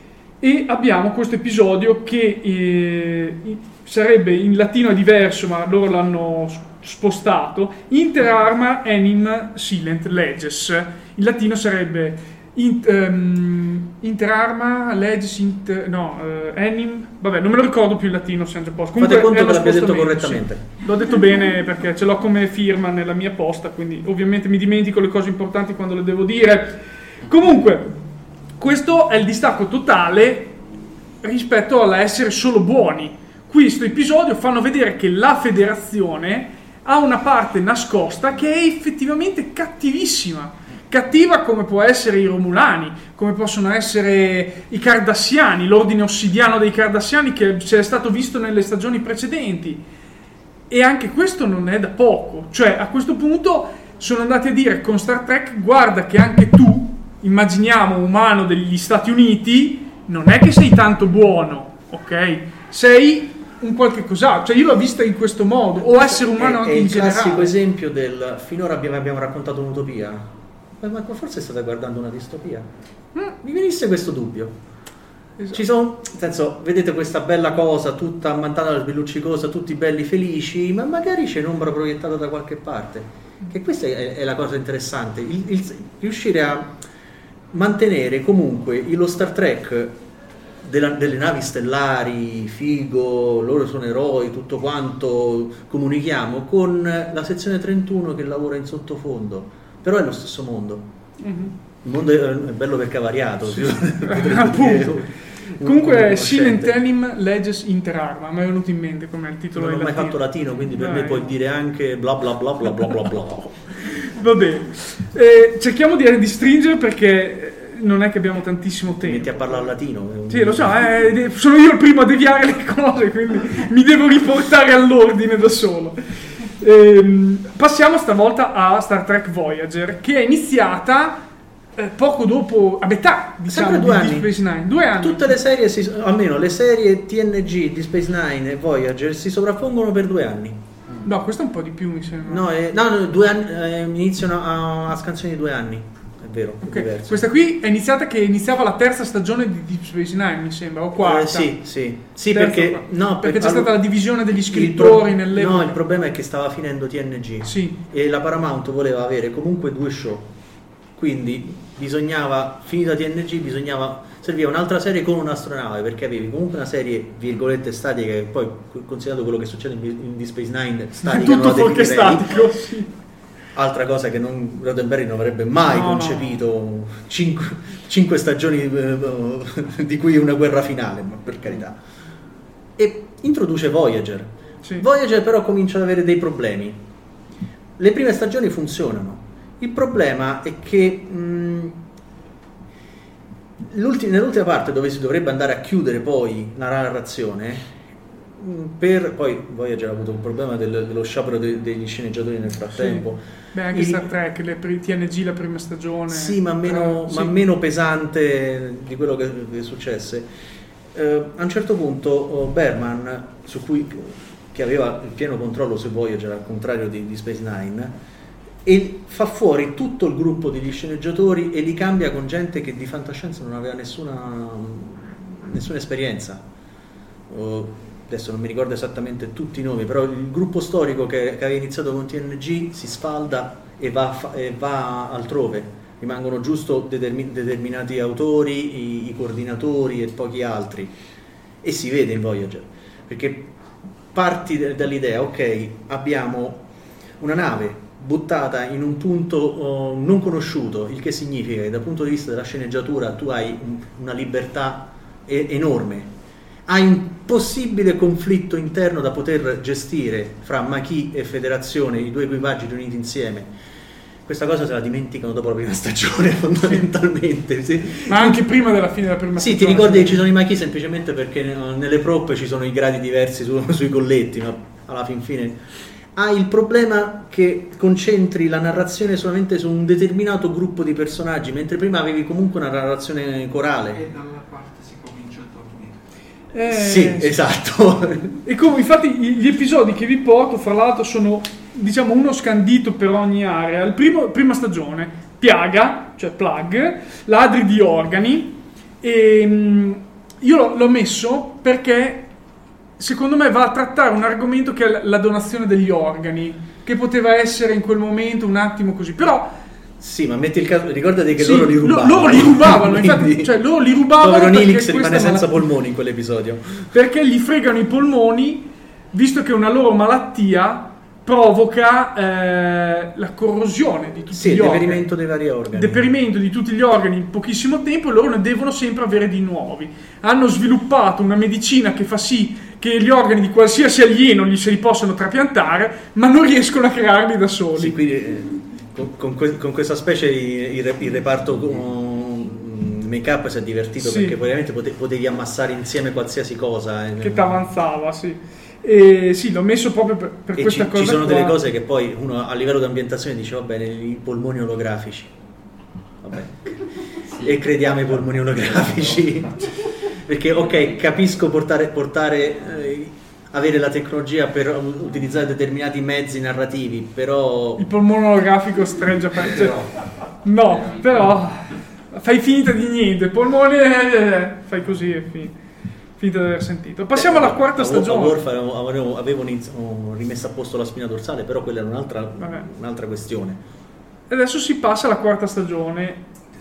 e abbiamo questo episodio che eh, sarebbe in latino è diverso, ma loro l'hanno spostato, Inter Arma Enim Silent Leges. In latino sarebbe in, ehm, Interarma, Legis, inter, no, uh, Enim, vabbè, non me lo ricordo più in latino, siamo già a posto. Comunque fate conto è che l'abbia detto spostamento, correttamente. Sì. L'ho detto bene perché ce l'ho come firma nella mia posta, quindi ovviamente mi dimentico le cose importanti quando le devo dire. Comunque, questo è il distacco totale rispetto all'essere solo buoni. Questo episodio fanno vedere che la federazione ha una parte nascosta che è effettivamente cattivissima. Cattiva come può essere i Romulani, come possono essere i Cardassiani, l'ordine ossidiano dei Cardassiani che c'è stato visto nelle stagioni precedenti. E anche questo non è da poco. Cioè, a questo punto sono andati a dire con Star Trek: guarda che anche tu, immaginiamo umano degli Stati Uniti, non è che sei tanto buono, ok? Sei un qualche cos'altro. Cioè, io l'ho vista in questo modo, o essere umano è, anche è in il generale. classico esempio del finora abbiamo, abbiamo raccontato un'utopia. Ma forse state guardando una distopia? Mi venisse questo dubbio. Esatto. Ci sono, nel senso, vedete questa bella cosa tutta ammantata, sbelluccicosa, tutti belli felici, ma magari c'è un'ombra proiettata da qualche parte. Che questa è, è la cosa interessante, il, il, riuscire a mantenere comunque lo Star Trek della, delle navi stellari, figo, loro sono eroi, tutto quanto comunichiamo, con la sezione trentuno che lavora in sottofondo. Però è lo stesso mondo. Mm-hmm. Il mondo è, è bello perché è variato. Sì. Appunto. Comunque, Sin Tenim Leges Interarma, mi è venuto in mente come il titolo. Non ho mai latino. fatto latino, quindi per Dai. me puoi dire anche bla bla bla bla bla bla bla. Va bene. Eh, cerchiamo di, di stringere perché non è che abbiamo tantissimo tempo. Metti a parlare latino. Sì, lo so, eh, sono io il primo a deviare le cose, quindi mi devo riportare all'ordine da solo. Ehm, passiamo stavolta a Star Trek Voyager, che è iniziata eh, poco dopo, a metà, diciamo, Sempre due di, anni. di Space Nine. Due anni. Tutte le serie, si, almeno le serie T N G di Space Nine e Voyager si sovrappongono per due anni. No, questo è un po' di più, mi sembra. No, eh, no, no due anni, eh, iniziano a, a scansioni di due anni. È vero, è Okay. diverso. Questa qui è iniziata che iniziava la terza stagione di Deep Space Nine, mi sembra, o quarta. Eh, sì, sì, sì Terza perché, o quarta. no, perché c'è allo- stata la divisione degli il scrittori pro- nell'epoca. No, il problema è che stava finendo T N G Sì. e la Paramount voleva avere comunque due show, quindi bisognava, finita T N G, bisognava serviva un'altra serie con un'astronave, perché avevi comunque una serie virgolette statica, che poi considerato quello che succede in, in Deep Space Nine, statica non Tutto la fuorché definirei. statico, sì. Altra cosa che non, Roddenberry non avrebbe mai No, concepito, cinque, cinque stagioni eh, di cui una guerra finale, ma per carità. E introduce Voyager. Sì. Voyager però comincia ad avere dei problemi. Le prime stagioni funzionano. Il problema è che mh, l'ultima, nell'ultima parte, dove si dovrebbe andare a chiudere poi la narrazione, per poi Voyager ha avuto un problema del, dello sciopero de, degli sceneggiatori nel frattempo. Sì. Beh, anche Il- Star Trek, le pri- T N G la prima stagione. Sì, ma meno, Eh, ma sì. meno pesante di quello che, che successe. Eh, a un certo punto oh, Berman, su cui, che aveva il pieno controllo su Voyager al contrario di, di Space Nine, e fa fuori tutto il gruppo degli sceneggiatori e li cambia con gente che di fantascienza non aveva nessuna, nessuna esperienza. Oh, adesso non mi ricordo esattamente tutti i nomi, però il gruppo storico che, che aveva iniziato con T N G si sfalda e va, a fa- e va altrove. Rimangono giusto determin- determinati autori, i, i coordinatori e pochi altri, e si vede in Voyager, perché parti d- dall'idea, ok, abbiamo una nave buttata in un punto oh, non conosciuto, il che significa che dal punto di vista della sceneggiatura tu hai un- una libertà e- enorme, hai un possibile conflitto interno da poter gestire fra Maquis e Federazione, i due equipaggi riuniti insieme. Questa cosa se la dimenticano dopo la prima stagione, fondamentalmente. Sì. Ma anche prima della fine della prima Sì, stagione. ti ricordi che ci sono i Maquis semplicemente perché nelle prop ci sono i gradi diversi su- sui colletti, ma alla fin fine hai il problema che concentri la narrazione solamente su un determinato gruppo di personaggi, mentre prima avevi comunque una narrazione corale. E dalla parte si comincia a dormire. Eh, Sì, esatto. E come infatti gli episodi che vi porto, fra l'altro, sono diciamo uno scandito per ogni area. Il primo, prima stagione, Piaga, cioè Plug, ladri di organi. E mh, io l'ho, l'ho messo perché secondo me va a trattare un argomento che è la donazione degli organi, che poteva essere in quel momento un attimo così, però Sì, ma metti il caso, ricordati che Sì, loro li rubavano. Loro li rubavano, Quindi, infatti, cioè loro li rubavano. povero perché Nilix questa rimane senza malattia- polmoni in quell'episodio. Perché gli fregano i polmoni, visto che una loro malattia provoca eh, la corrosione di tutti Sì, gli il organi. deperimento dei vari organi. Deperimento di tutti gli organi in pochissimo tempo, e loro ne devono sempre avere di nuovi. Hanno sviluppato una medicina che fa sì che gli organi di qualsiasi alieno gli se li possono trapiantare, ma non riescono a crearli da soli. Sì, quindi eh, con, con, que- con questa specie il, il, il reparto um, make-up si è divertito, Sì. perché veramente pote- potevi ammassare insieme qualsiasi cosa. eh. Che t'avanzava, sì. E sì, l'ho messo proprio per, per E questa ci, cosa ci sono qua. delle cose che poi uno a livello di ambientazione dice va bene, i polmoni olografici, vabbè, e crediamo ai polmoni olografici, perché ok, capisco portare, portare eh, avere la tecnologia per utilizzare determinati mezzi narrativi, però Il polmone olografico streggia per... cioè, no, però fai finta di niente, il polmone eh, fai così e finita. Finita di aver sentito. Passiamo alla quarta a, stagione. A Worf avevo, avevo, avevo iniz- ho rimesso a posto la spina dorsale, però quella è un'altra, Vabbè. un'altra questione. E adesso si passa alla quarta stagione.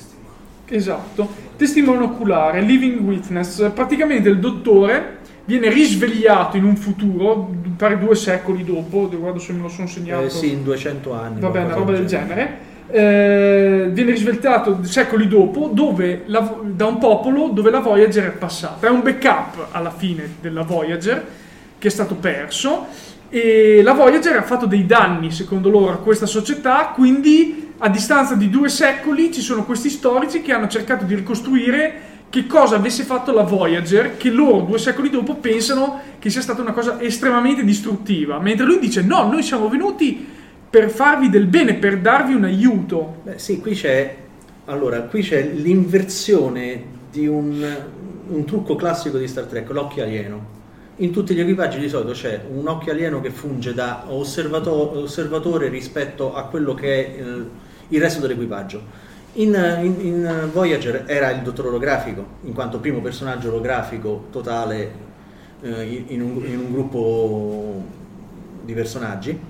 Esatto. Testimone oculare, Living Witness. Praticamente il dottore viene risvegliato in un futuro, pare due secoli dopo, guardo se me lo sono segnato. Eh, sì, in duecento anni. Va bene, qualcosa roba del genere. Eh, viene risvegliato secoli dopo dove la, da un popolo dove la Voyager è passata. È un backup alla fine della Voyager che è stato perso, e la Voyager ha fatto dei danni secondo loro a questa società, quindi a distanza di due secoli ci sono questi storici che hanno cercato di ricostruire che cosa avesse fatto la Voyager, che loro due secoli dopo pensano che sia stata una cosa estremamente distruttiva, mentre lui dice no, noi siamo venuti per farvi del bene, per darvi un aiuto. Beh, sì, qui c'è allora, qui c'è l'inversione di un, un trucco classico di Star Trek, l'occhio alieno. In tutti gli equipaggi di solito c'è un occhio alieno che funge da osservato- osservatore rispetto a quello che è eh, il resto dell'equipaggio. In, in, in Voyager era il dottor olografico, in quanto primo personaggio olografico totale eh, in, un, in un gruppo di personaggi,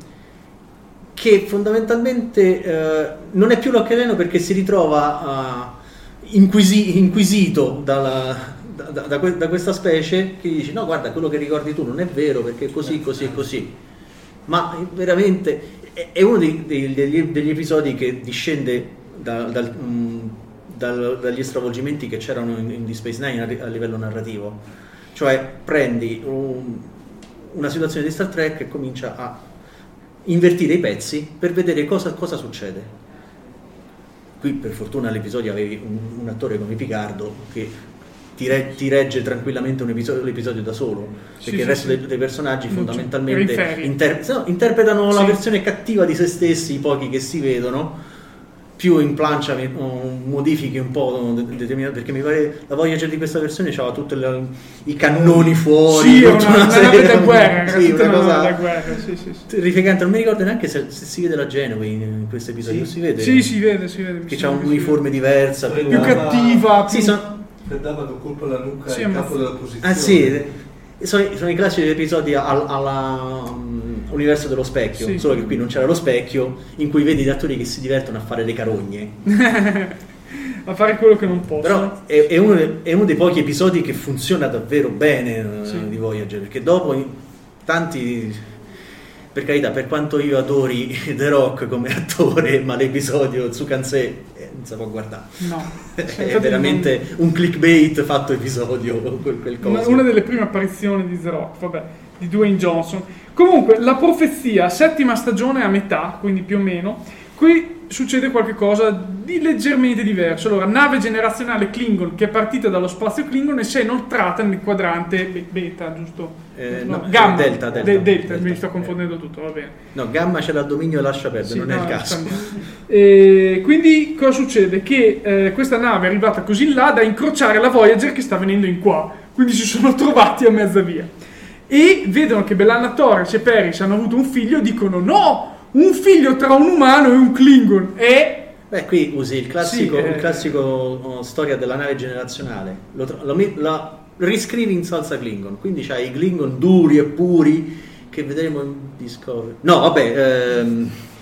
che fondamentalmente eh, non è più l'occhio alieno perché si ritrova uh, inquisi- inquisito dalla, da, da, da, da questa specie che dice no, guarda, quello che ricordi tu non è vero perché è così, così e così. Ma veramente è, è uno dei, dei, degli, degli episodi che discende da, dal, mh, dal, dagli stravolgimenti che c'erano in, in Deep Space Nine a, a livello narrativo. Cioè prendi un, una situazione di Star Trek e comincia a invertire i pezzi per vedere cosa, cosa succede. Qui per fortuna all'episodio avevi un, un attore come Picardo che ti, re, ti regge tranquillamente un episodio, l'episodio da solo, perché sì, il resto sì, dei, dei personaggi non fondamentalmente inter, no, interpretano sì. la versione cattiva di se stessi, i pochi che si vedono, più in plancia modifiche un po' determinate, perché mi pare la Voyager di questa versione c'aveva tutti i cannoni fuori, sì, tutta una, una una serie, nave da guerra, sì, tutta una una cosa nave da guerra, sì, sì, sì. terrificante. Non mi ricordo neanche se, se si vede la Genova in, in questo episodio. Sì. Si vede? Sì, si vede, si vede. Che c'ha un'uniforme diversa, Più più cattiva, Sì, più... sono, davano colpo alla nuca Sì, al ma- capo della posizione. ah, sì, sono, sono i classici episodi al, alla um, Universo dello specchio, Sì. solo che qui non c'era lo specchio, in cui vedi gli attori che si divertono a fare le carogne. a fare quello che non possono. Però è, è, uno, de- è uno dei pochi episodi che funziona davvero bene eh, Sì. di Voyager, perché dopo in- tanti, per carità, per quanto io adori The Rock come attore, ma l'episodio Tsukansei eh, non si può guardare. No. È Infatti veramente un clickbait fatto episodio, quel, quel Una, coso. una delle prime apparizioni di The Rock, vabbè, di Dwayne Johnson. Comunque, la profezia, settima stagione a metà, quindi più o meno. Qui succede qualcosa di leggermente diverso. Allora, nave generazionale Klingon che è partita dallo spazio Klingon e si è inoltrata nel quadrante be- beta, giusto? Eh, No, no, gamma, delta, delta, De- delta, delta. mi sto confondendo tutto, va bene. No, Gamma c'è l'addominio e lascia perdere, Sì, non è no, il caso. sta bene. E quindi cosa succede? Che eh, questa nave è arrivata così in là da incrociare la Voyager che sta venendo in qua, quindi si sono trovati a mezza via e vedono che B'Elanna Torres e Paris hanno avuto un figlio e dicono no, un figlio tra un umano e un Klingon e... Beh, qui usi il classico, Sì, eh. il classico oh, storia della nave generazionale, lo, tra- lo mi- la riscrivi in salsa Klingon, quindi c'hai i Klingon duri e puri che vedremo in Discovery. No, vabbè, ehm,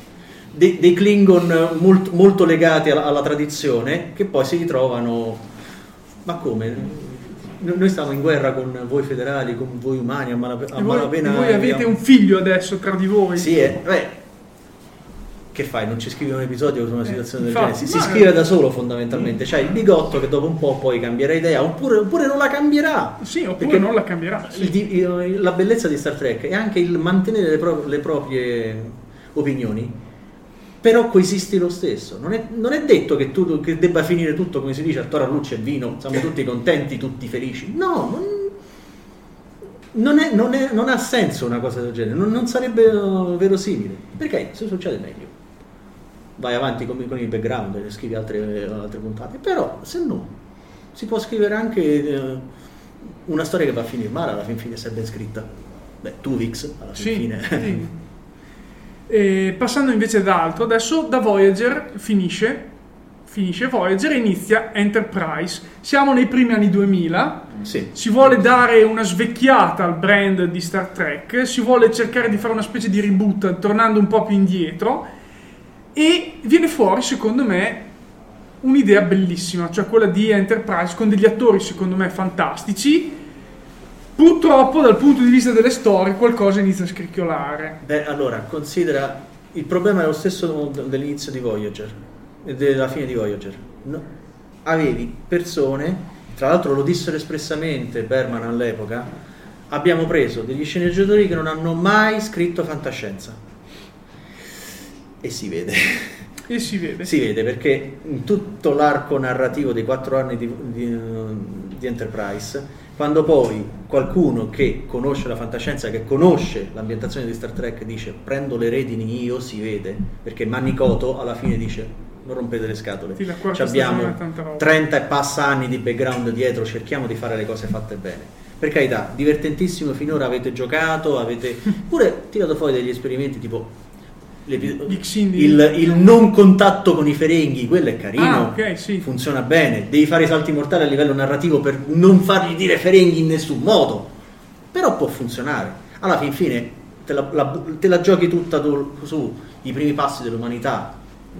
dei, dei Klingon molto, molto legati alla, alla tradizione, che poi si ritrovano, ma come? Noi stiamo in guerra con voi federali, con voi umani, a malapena. E voi, malapena, e voi avete abbiamo... un figlio adesso tra di voi. Sì, eh, beh, che fai? Non ci scrivi un episodio su una situazione eh, del infatti, genere? Si, si scrive da solo fondamentalmente. C'hai il bigotto che dopo un po' poi cambierà idea, oppure, oppure non la cambierà. Sì, oppure non la cambierà. Sì. Il, il, la bellezza di Star Trek è anche il mantenere le, pro, le proprie opinioni, però coesisti lo stesso. Non è, non è detto che, tu, che debba finire tutto come si dice a tora luce e vino, siamo tutti contenti, tutti felici. No, non, non, è, non, è, non ha senso una cosa del genere, non, non sarebbe uh, verosimile. Perché se succede meglio, vai avanti con, con il background e scrivi altre, altre puntate. Però se no, si può scrivere anche uh, una storia che va a finire male alla fin fine, se è ben scritta. Beh, Tuvix alla fin sì, fine. Sì. E passando invece ad altro, adesso da Voyager finisce, finisce Voyager e inizia Enterprise. Siamo nei primi anni duemila, sì. Si vuole dare una svecchiata al brand di Star Trek, si vuole cercare di fare una specie di reboot tornando un po' più indietro, e viene fuori secondo me un'idea bellissima, cioè quella di Enterprise con degli attori secondo me fantastici. Purtroppo dal punto di vista delle storie qualcosa inizia a scricchiolare. Beh, allora, considera, il problema è lo stesso dell'inizio di Voyager e della fine di Voyager. No, avevi persone, tra l'altro lo dissero espressamente Berman all'epoca, abbiamo preso degli sceneggiatori che non hanno mai scritto fantascienza. E si vede. E si vede. Si vede perché in tutto l'arco narrativo dei quattro anni di, di, di Enterprise, quando poi qualcuno che conosce la fantascienza, che conosce l'ambientazione di Star Trek, dice prendo le redini io, si vede, perché Mannicoto alla fine dice non rompete le scatole, sì, abbiamo trenta e passa anni di background dietro, cerchiamo di fare le cose fatte bene. Per carità, divertentissimo, finora avete giocato, avete pure tirato fuori degli esperimenti tipo il, il non contatto con i ferenghi, quello è carino, ah, okay, sì. Funziona bene, devi fare i salti mortali a livello narrativo per non fargli dire ferenghi in nessun modo, però può funzionare. Alla fin fine te la, la, te la giochi tutta tu, su i primi passi dell'umanità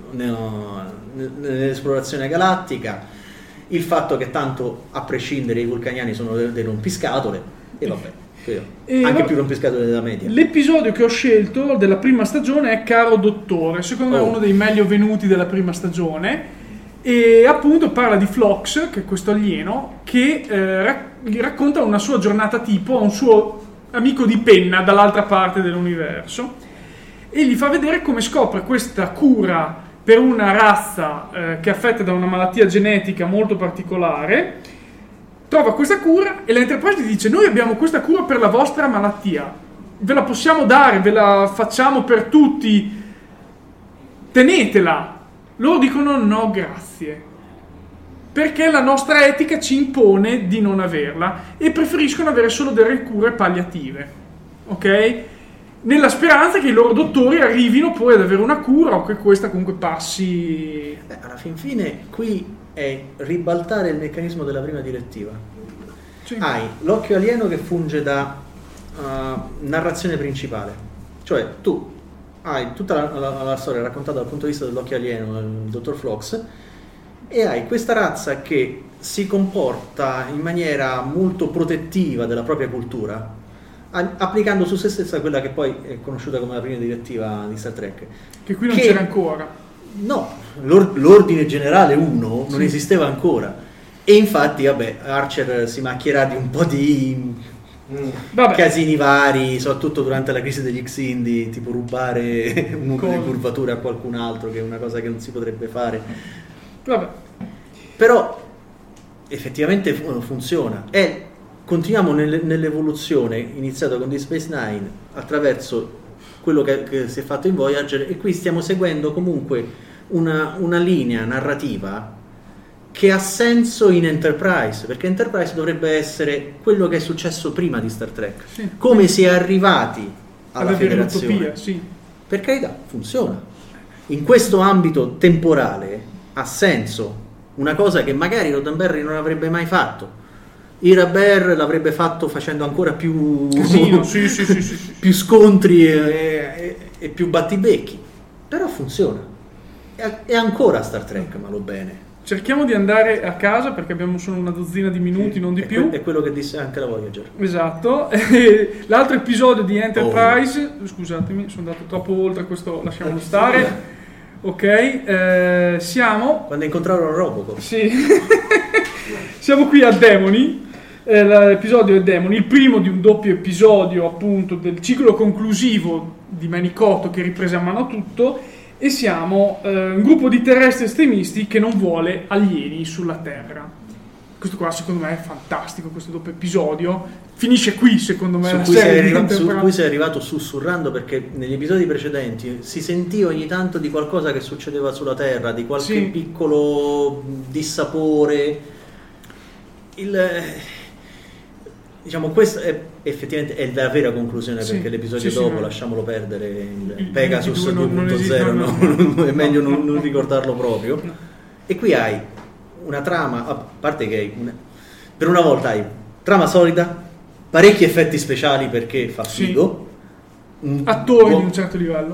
nell'esplorazione galattica, il fatto che tanto a prescindere i vulcaniani sono dei, dei rompiscatole e vabbè. E anche va- più rompiscatole della media. L'episodio che ho scelto della prima stagione è Caro Dottore, secondo me oh. è uno dei meglio venuti della prima stagione, e appunto parla di Phlox, che è questo alieno che eh, rac- gli racconta una sua giornata tipo a un suo amico di penna dall'altra parte dell'universo, e gli fa vedere come scopre questa cura per una razza eh, che è affetta da una malattia genetica molto particolare. Trova questa cura e l'Enterprise gli dice noi abbiamo questa cura per la vostra malattia, ve la possiamo dare, ve la facciamo per tutti, tenetela. Loro dicono no grazie, perché la nostra etica ci impone di non averla e preferiscono avere solo delle cure palliative, ok? Nella speranza che i loro dottori arrivino poi ad avere una cura o che questa comunque passi. Beh, alla fin fine qui è ribaltare il meccanismo della prima direttiva. Sì. Hai l'occhio alieno che funge da uh, narrazione principale, cioè tu hai tutta la, la, la storia raccontata dal punto di vista dell'occhio alieno, il dottor Phlox, e hai questa razza che si comporta in maniera molto protettiva della propria cultura, applicando su se stessa quella che poi è conosciuta come la prima direttiva di Star Trek, che qui non che, c'era ancora. No, l'ordine generale uno non sì. esisteva ancora, e infatti vabbè Archer si macchierà di un po' di mm. casini vari, soprattutto durante la crisi degli Xindi, tipo rubare un numero di curvature a qualcun altro, che è una cosa che non si potrebbe fare. Vabbè. Però effettivamente funziona. È continuiamo nel, nell'evoluzione iniziata con Deep Space Nine attraverso quello che, che si è fatto in Voyager, e qui stiamo seguendo comunque una, una linea narrativa che ha senso in Enterprise, perché Enterprise dovrebbe essere quello che è successo prima di Star Trek, sì. come si è arrivati alla federazione. L'utopia, sì. Per carità, funziona. In questo ambito temporale ha senso, una cosa che magari Roddenberry non avrebbe mai fatto. Ira Behr l'avrebbe fatto facendo ancora più Casino, sì, sì, sì, sì, sì. più scontri e, e, e più battibecchi. però funziona. È, è ancora Star Trek, ma lo bene. Cerchiamo di andare a casa perché abbiamo solo una dozzina di minuti, Sì, non di è più. que- è quello che disse anche la Voyager. Esatto. L'altro episodio di Enterprise, oh. scusatemi, sono andato troppo oltre, questo lasciamolo stare. Ok, eh, siamo... Quando incontrarono Robocop. Sì. Siamo qui a Demoni. Eh, l'episodio è Demoni, il primo di un doppio episodio appunto del ciclo conclusivo di Manicotto che riprese a mano tutto. E siamo eh, un gruppo di terrestri estremisti che non vuole alieni sulla Terra. Questo qua secondo me è fantastico, questo doppio episodio. Finisce qui secondo me su la cui serie. Sei arrivato, su cui sei arrivato sussurrando, perché negli episodi precedenti si sentiva ogni tanto di qualcosa che succedeva sulla Terra, di qualche sì. piccolo dissapore. Il... Diciamo, questo è effettivamente è la vera conclusione, sì, perché l'episodio sì, dopo, sì, lasciamolo perdere, il, il Pegasus due punto zero, no, no, no, no, è meglio no, non, non ricordarlo proprio. No. E qui hai una trama, a parte che una, per una volta hai trama solida, parecchi effetti speciali perché fa figo, sì. un, attori un, di un certo livello,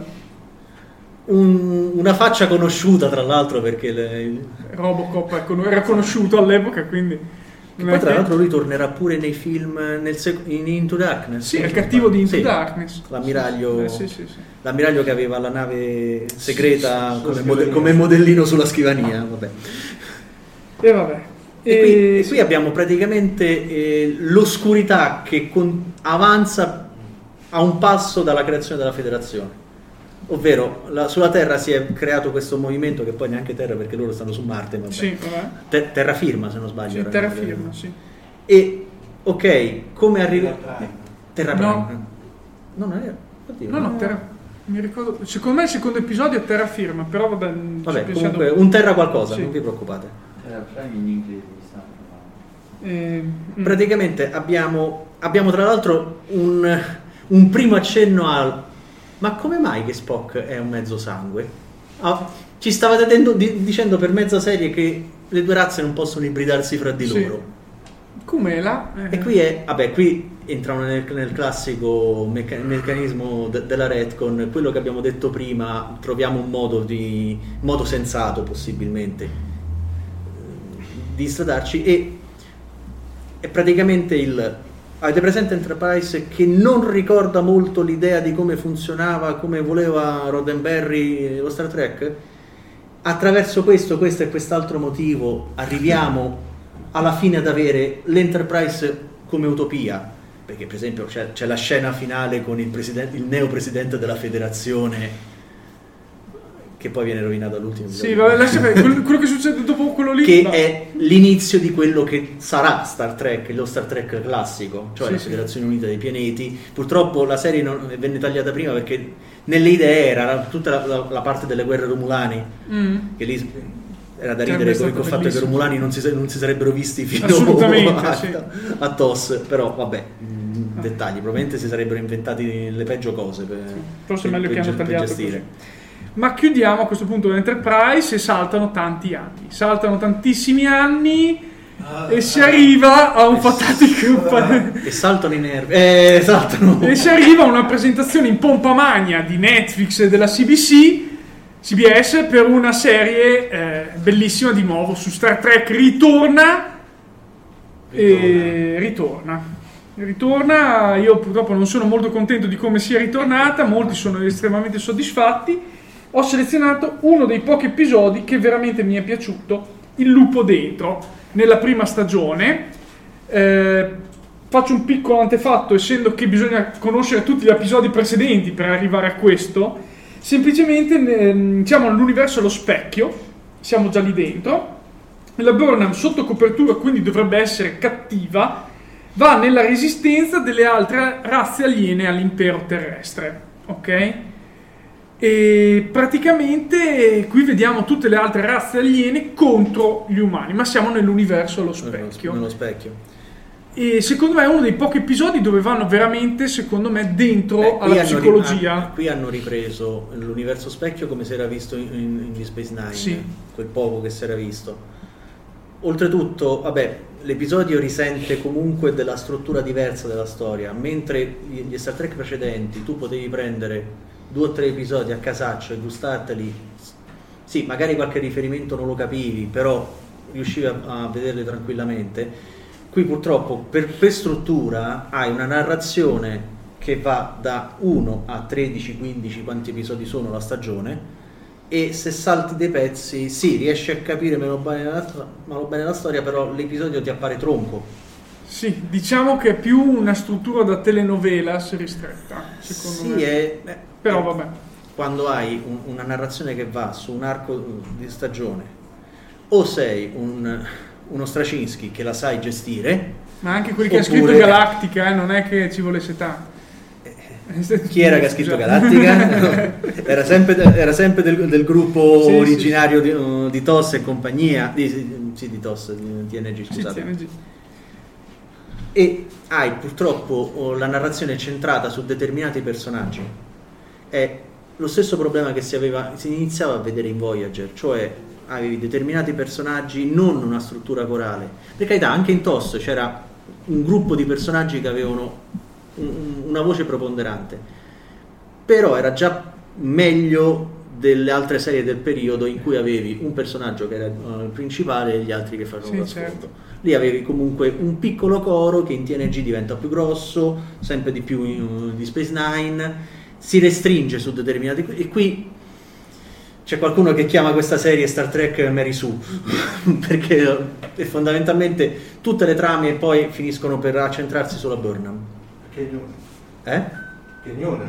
un, una faccia conosciuta tra l'altro, perché le, Robocop ecco, era conosciuto all'epoca, quindi... Che poi tra l'altro lui tornerà pure nei film nel sec- in Into Darkness. Sì, è il cattivo di Into sì, Darkness. L'ammiraglio, eh, sì, sì, sì. l'ammiraglio che aveva la nave segreta sì, come, mode- come modellino sulla scrivania. Vabbè. E vabbè. E, e, qui, e sì. qui abbiamo praticamente eh, l'oscurità che con- avanza a un passo dalla creazione della federazione. Ovvero, la, sulla Terra si è creato questo movimento che poi neanche Terra, perché loro stanno su Marte, vabbè. Sì, vabbè. Te, terrafirma se non sbaglio. Sì, terrafirma, sì. E, ok, come arriva... Terra Prime. No, no non è... Oddio, no, no, no, terra... Mi ricordo... Secondo me il secondo episodio è terrafirma, però vabbè... Vabbè, comunque, pensando... un terra qualcosa, sì. Non vi preoccupate. Terra Prime in inglese. Eh, Praticamente abbiamo, abbiamo tra l'altro un, un primo accenno al... Ma come mai che Spock è un mezzo sangue? Ah, ci stavate dendo, di, dicendo per mezza serie che le due razze non possono ibridarsi fra di sì. loro. Come là? Eh. E qui è, vabbè, qui entrano nel, nel classico mecca- meccanismo de- della retcon, quello che abbiamo detto prima, troviamo un modo di modo sensato possibilmente di stradarci, e è praticamente il... Avete presente Enterprise che non ricorda molto l'idea di come funzionava, come voleva Roddenberry lo Star Trek? Attraverso questo, questo e quest'altro motivo arriviamo alla fine ad avere l'Enterprise come utopia, perché per esempio c'è, c'è la scena finale con il, presidente, il neo presidente della federazione, che poi viene rovinato all'ultimo sì, vabbè, lascia quello, quello che succede dopo quello lì, che no. È l'inizio di quello che sarà Star Trek, lo Star Trek classico, cioè sì, la sì. Federazione Unita dei Pianeti. Purtroppo la serie non, venne tagliata prima perché nelle idee era tutta la, la, la parte delle guerre Romulani, mm. che lì era da ridere con il fatto che i Romulani non si, non si sarebbero visti fino a, sì. a T O S, però vabbè, ah. dettagli, probabilmente si sarebbero inventati le peggio cose per, sì. Forse per, meglio per, che hanno per tagliato gestire. Così. Ma chiudiamo a questo punto l'Enterprise e saltano tanti anni, saltano tantissimi anni ah, e si ah, arriva a un Fantastic ah, e saltano i nervi eh, saltano. e si arriva a una presentazione in pompa magna di Netflix e della C B C C B S per una serie eh, bellissima di nuovo su Star Trek. Ritorna e ritorna ritorna io purtroppo non sono molto contento di come sia ritornata, molti sono estremamente soddisfatti. Ho selezionato uno dei pochi episodi che veramente mi è piaciuto, Il lupo dentro, nella prima stagione. Eh, faccio un piccolo antefatto, essendo che bisogna conoscere tutti gli episodi precedenti per arrivare a questo. Semplicemente eh, siamo nell'universo allo specchio, siamo già lì dentro. La Burnham, sotto copertura, quindi dovrebbe essere cattiva, va nella resistenza delle altre razze aliene all'impero terrestre, ok? E praticamente qui vediamo tutte le altre razze aliene contro gli umani, ma siamo nell'universo allo specchio. Nello specchio. E secondo me è uno dei pochi episodi dove vanno veramente, secondo me, dentro Beh, alla psicologia. Hanno, qui hanno ripreso l'universo specchio come si era visto in, in, in Deep Space Nine, sì. Quel poco che si era visto. Oltretutto, vabbè, l'episodio risente comunque della struttura diversa della storia, mentre gli Star Trek precedenti tu potevi prendere due o tre episodi a casaccio e gustarteli, sì, magari qualche riferimento non lo capivi, però riuscivi a, a vederli tranquillamente. Qui purtroppo per, per struttura hai una narrazione che va da uno a tredici quindici, quanti episodi sono la stagione, e se salti dei pezzi sì, riesci a capire meno bene la, meno bene la storia, però l'episodio ti appare tronco. Sì, diciamo che è più una struttura da telenovelas ristretta, secondo sì, me. È, è, però è, vabbè. Quando hai un, una narrazione che va su un arco di stagione, o sei un, uno Straczynski che la sai gestire, ma anche quelli che oppure... ha scritto Galactica, eh, non è che ci volesse tanto. Chi era che ha scritto Galactica? era sempre, era sempre del, del gruppo sì, originario sì, sì. Di, di T O S e compagnia, di, sì, di T O S, di T N G, scusate. Sì, T N G. E hai purtroppo la narrazione centrata su determinati personaggi. È lo stesso problema che si aveva, si iniziava a vedere in Voyager, cioè avevi determinati personaggi, non una struttura corale. Per carità, anche in T O S c'era un gruppo di personaggi che avevano una voce preponderante, però era già meglio delle altre serie del periodo in cui avevi un personaggio che era il principale e gli altri che facevano sì, l'ascolto. Certo. Lì avevi comunque un piccolo coro che in T N G diventa più grosso, sempre di più in, di Space Nine, si restringe su determinati, e qui c'è qualcuno che chiama questa serie Star Trek Mary Sue perché è fondamentalmente tutte le trame poi finiscono per accentrarsi sulla Burnham. Kegnone. Eh? Kegnone.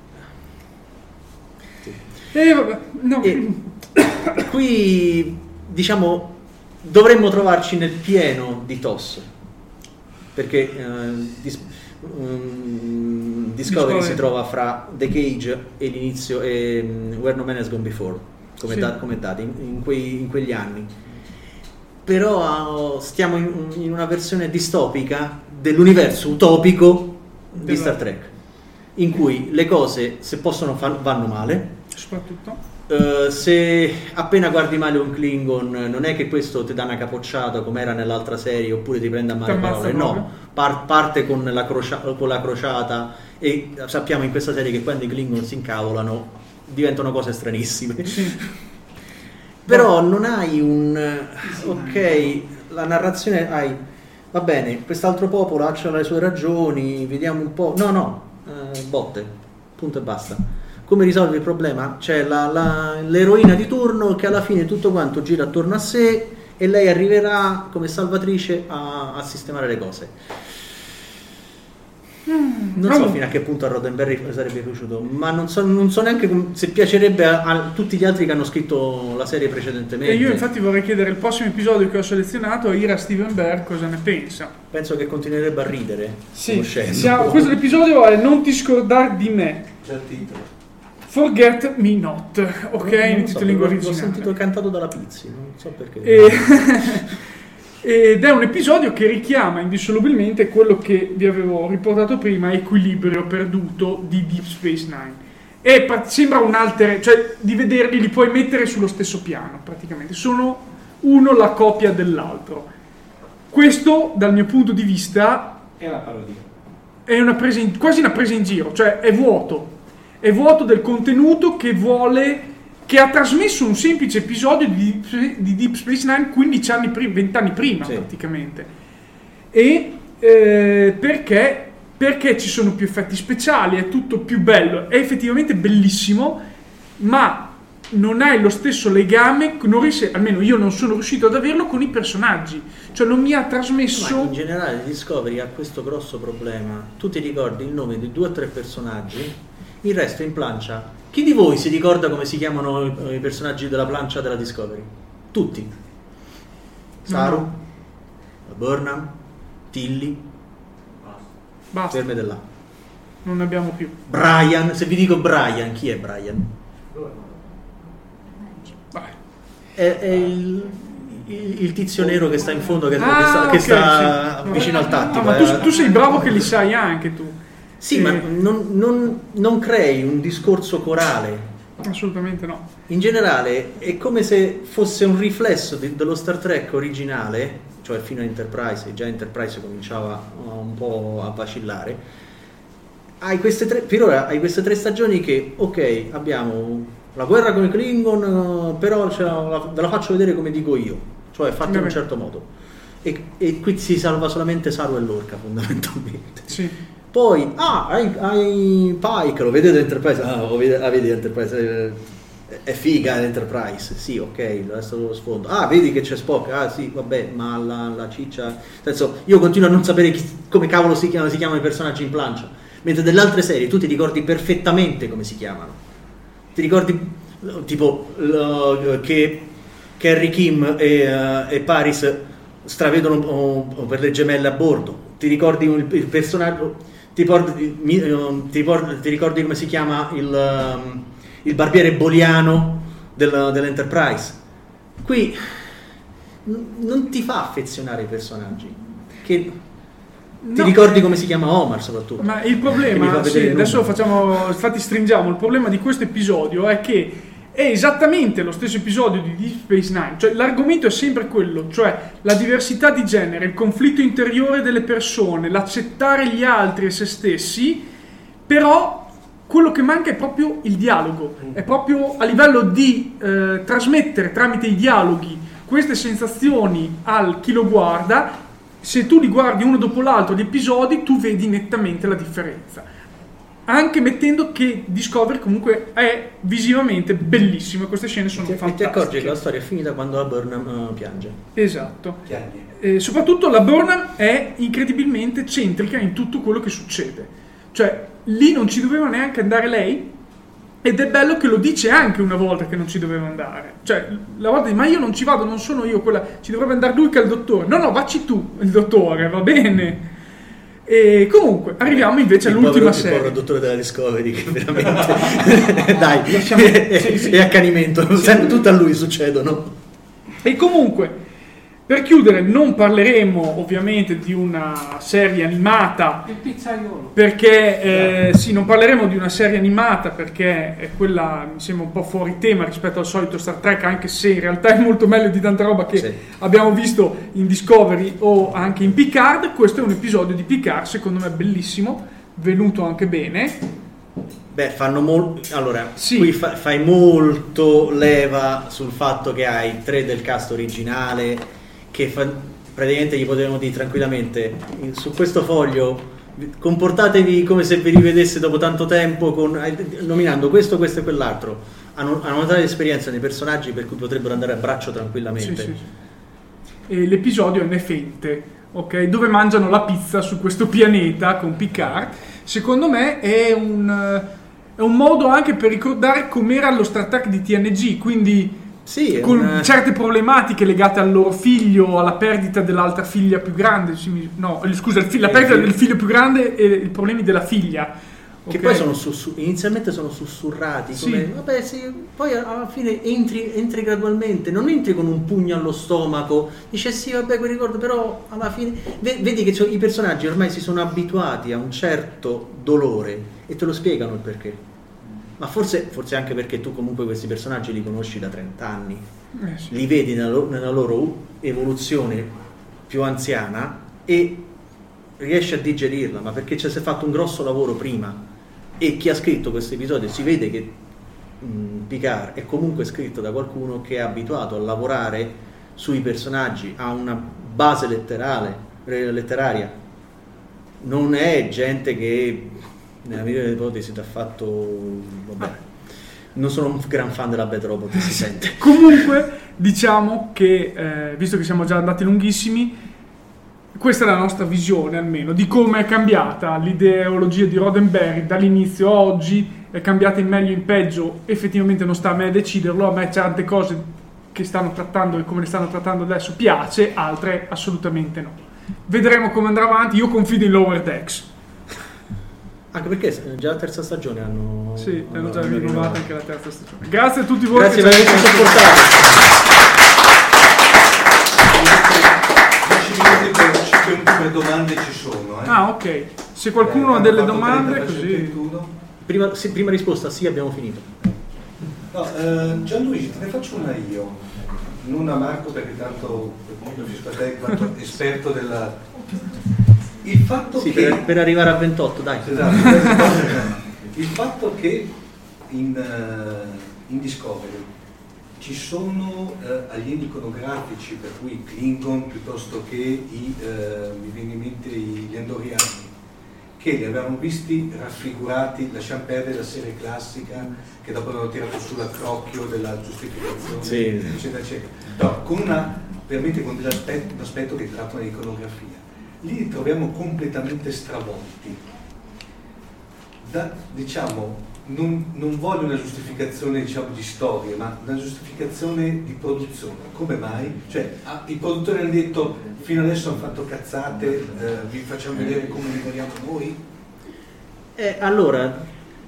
Sì. E vabbè, no. E qui diciamo dovremmo trovarci nel pieno di T O S, perché uh, dis- um, Discovery, Discovery si trova fra The Cage e l'inizio e um, Where No Man Has Gone Before come, sì. da- come dati in, in, quei, in quegli anni, però uh, stiamo in, in una versione distopica dell'universo utopico di Star Trek, in cui le cose, se possono, fa- vanno male, soprattutto uh, se appena guardi male un Klingon non è che questo ti dà una capocciata come era nell'altra serie oppure ti prende a male parole, no, par- parte con la, crocia- con la crociata, e sappiamo in questa serie che quando i Klingon si incavolano diventano cose stranissime. Sì. Però non hai un ok, la narrazione hai, va bene, quest'altro popolo ha le sue ragioni, vediamo un po', no no, eh, botte, punto e basta. Come risolvi il problema? C'è la, la, l'eroina di turno che alla fine tutto quanto gira attorno a sé e lei arriverà come salvatrice a, a sistemare le cose. Non so fino a che punto a Roddenberry sarebbe piaciuto, ma non so, non so neanche se piacerebbe a, a tutti gli altri che hanno scritto la serie precedentemente. E io infatti vorrei chiedere il prossimo episodio che ho selezionato a Ira Steven Behr cosa ne pensa. Penso che continuerebbe a ridere. Sì, siamo, questo episodio è Non ti scordar di me. C'è il titolo. Forget Me Not, ok, non, non in so, tutta lingua l'ho, originale. L'ho sentito cantato dalla Pizzi, non so perché. E... Ed è un episodio che richiama indissolubilmente quello che vi avevo riportato prima, Equilibrio perduto di Deep Space Nine. E pra- sembra un alter, cioè di vederli li puoi mettere sullo stesso piano praticamente, sono uno la copia dell'altro. Questo dal mio punto di vista è una parodia, è una presa in, quasi una presa in giro, cioè è vuoto, è vuoto del contenuto che vuole, che ha trasmesso un semplice episodio di, di Deep Space Nine quindici anni prima, venti anni prima, sì, praticamente. E eh, perché? Perché ci sono più effetti speciali, è tutto più bello, è effettivamente bellissimo, ma non hai lo stesso legame, non riesce, almeno io non sono riuscito ad averlo con i personaggi, cioè non mi ha trasmesso. Ma in generale Discovery ha questo grosso problema, tu ti ricordi il nome di due o tre personaggi, il resto in plancia. Chi di voi si ricorda come si chiamano i personaggi della plancia della Discovery? Tutti. Saru, no, no. Burnham, Tilly. Basta. Fermete là. Non ne abbiamo più. Brian, se vi dico Brian, chi è Brian? Vai. È, è il, il, il tizio nero che sta in fondo, che, ah, che sta, okay, che sta sì, vicino al tattico. No, ma tu, tu sei bravo che li sai anche tu. Sì, eh. ma non, non, non crei un discorso corale. Assolutamente no. In generale è come se fosse un riflesso di, dello Star Trek originale, cioè fino a Enterprise, e già Enterprise cominciava un po' a vacillare, hai queste tre, per ora hai queste tre stagioni che, ok, abbiamo la guerra con i Klingon, però ce la, ve la faccio vedere come dico io, cioè fatta in un certo modo. E, e qui si salva solamente Saru e Lorca, fondamentalmente. Sì. Poi, ah, hai, hai Pike, lo vedete Enterprise? Ah, lo vedi, ah, vedi Enterprise, è, è figa l'Enterprise, sì, ok, il resto dello sfondo. Ah, vedi che c'è Spock, ah sì, vabbè, ma la, la ciccia... Nel senso, io continuo a non sapere chi, come cavolo si chiamano, si chiamano i personaggi in plancia. Mentre delle altre serie tu ti ricordi perfettamente come si chiamano. Ti ricordi tipo uh, che Kerry Kim e, uh, e Paris stravedono uh, per le gemelle a bordo. Ti ricordi il, il personaggio, ti, porti, mi, uh, ti, porti, ti ricordi come si chiama il, uh, il barbiere boliano del, dell'Enterprise. Qui n- non ti fa affezionare i personaggi che ti no, ricordi come si chiama Omar soprattutto. Ma il problema, sì, adesso lo facciamo, infatti stringiamo, il problema di questo episodio è che è esattamente lo stesso episodio di Deep Space Nine, cioè l'argomento è sempre quello, cioè la diversità di genere, il conflitto interiore delle persone, l'accettare gli altri e se stessi, però quello che manca è proprio il dialogo, è proprio a livello di eh, trasmettere tramite i dialoghi queste sensazioni al chi lo guarda. Se tu li guardi uno dopo l'altro gli episodi, tu vedi nettamente la differenza. Anche mettendo che Discovery comunque è visivamente bellissimo, queste scene sono ti, fantastiche. E ti accorgi che la storia è finita quando la Burnham uh, piange. Esatto. Piange. E soprattutto la Burnham è incredibilmente centrica in tutto quello che succede. Cioè, lì non ci doveva neanche andare lei, ed è bello che lo dice anche una volta che non ci doveva andare. Cioè, la volta di, ma io non ci vado, non sono io quella, ci dovrebbe andare lui che è il dottore. No, no, vacci tu, il dottore, va bene. E comunque, arriviamo invece il all'ultima povero, serie. Il povero dottore della Discovery che veramente... Dai, lasciamo... è, sì. è accanimento, sì. Tutto a lui succedono. E comunque, per chiudere, non parleremo ovviamente di una serie animata. Il pizzaiolo. Perché, eh, sì, non parleremo di una serie animata perché è quella, mi sembra un po' fuori tema rispetto al solito Star Trek, anche se in realtà è molto meglio di tanta roba che sì. abbiamo visto in Discovery o anche in Picard. Questo è un episodio di Picard, secondo me bellissimo, venuto anche bene. Beh, fanno molto. Allora, sì. qui fa- fai molto leva sul fatto che hai tre del cast originale. Che fa, praticamente gli potevano dire tranquillamente su questo foglio comportatevi come se vi rivedesse dopo tanto tempo con, nominando questo, questo e quell'altro. Hanno, hanno notato l'esperienza dei personaggi per cui potrebbero andare a braccio tranquillamente. Sì, sì, sì. E l'episodio è Nefente, ok? Dove mangiano la pizza su questo pianeta con Picard. Secondo me è un, è un modo anche per ricordare com'era lo Star Trek di T N G, quindi sì, con una... certe problematiche legate al loro figlio, alla perdita dell'altra figlia più grande, no, scusa, il figlio, la perdita del figlio più grande e i problemi della figlia. Che okay. Poi sono sussu- inizialmente sono sussurrati, come, sì. vabbè, sì, poi alla fine entri, entri gradualmente, non entri con un pugno allo stomaco, dice sì vabbè quel ricordo, però alla fine v- vedi che i personaggi ormai si sono abituati a un certo dolore e te lo spiegano il perché. Ma forse, forse anche perché tu comunque questi personaggi li conosci da trenta anni, eh sì. li vedi nella loro, nella loro evoluzione più anziana e riesci a digerirla, ma perché ci si è fatto un grosso lavoro prima. E chi ha scritto questo episodio si vede che mh, Picard è comunque scritto da qualcuno che è abituato a lavorare sui personaggi, ha una base letterale, letteraria. Non è gente che nella migliore delle ipotesi ti ha fatto vabbè. Non sono un gran fan della Bad Robot, si sente. Comunque diciamo che eh, visto che siamo già andati lunghissimi, questa è la nostra visione almeno di come è cambiata l'ideologia di Roddenberry dall'inizio a oggi. È cambiata in meglio o in peggio, effettivamente non sta a me a deciderlo. A me certe cose che stanno trattando e come le stanno trattando adesso piace, altre assolutamente no. Vedremo come andrà avanti. Io confido in Lower Decks, anche perché già la terza stagione hanno sì, hanno già hanno rinnovato anche la terza stagione. Grazie a tutti voi. Grazie per averci supportato. dieci minuti per domande ci sono. Eh. Ah, ok. Se qualcuno eh, ha delle fatto domande, trenta, così. Prima, sì, prima risposta, sì, abbiamo finito. No, eh, Gianluigi, te ne faccio una io. Non a Marco perché tanto visto a te quanto esperto della il fatto sì, che... per, per arrivare a ventotto, dai. Esatto. Il fatto che in, uh, in Discovery ci sono uh, alieni iconografici, per cui Klingon piuttosto che i, uh, mi viene in mente gli Andoriani, che li avevamo visti raffigurati, lasciamo perdere la serie classica che dopo hanno tirato sull'accrocchio della giustificazione, sì, eccetera eccetera, no, con una, veramente con dell'aspetto, un aspetto che tratta un'iconografia. Lì li troviamo completamente stravolti. Da, diciamo, non, non voglio una giustificazione, diciamo, di storia, ma una giustificazione di produzione. Come mai? Cioè, ah, i produttori hanno detto fino adesso hanno fatto cazzate, eh, vi facciamo vedere come li vogliamo noi? Eh, allora,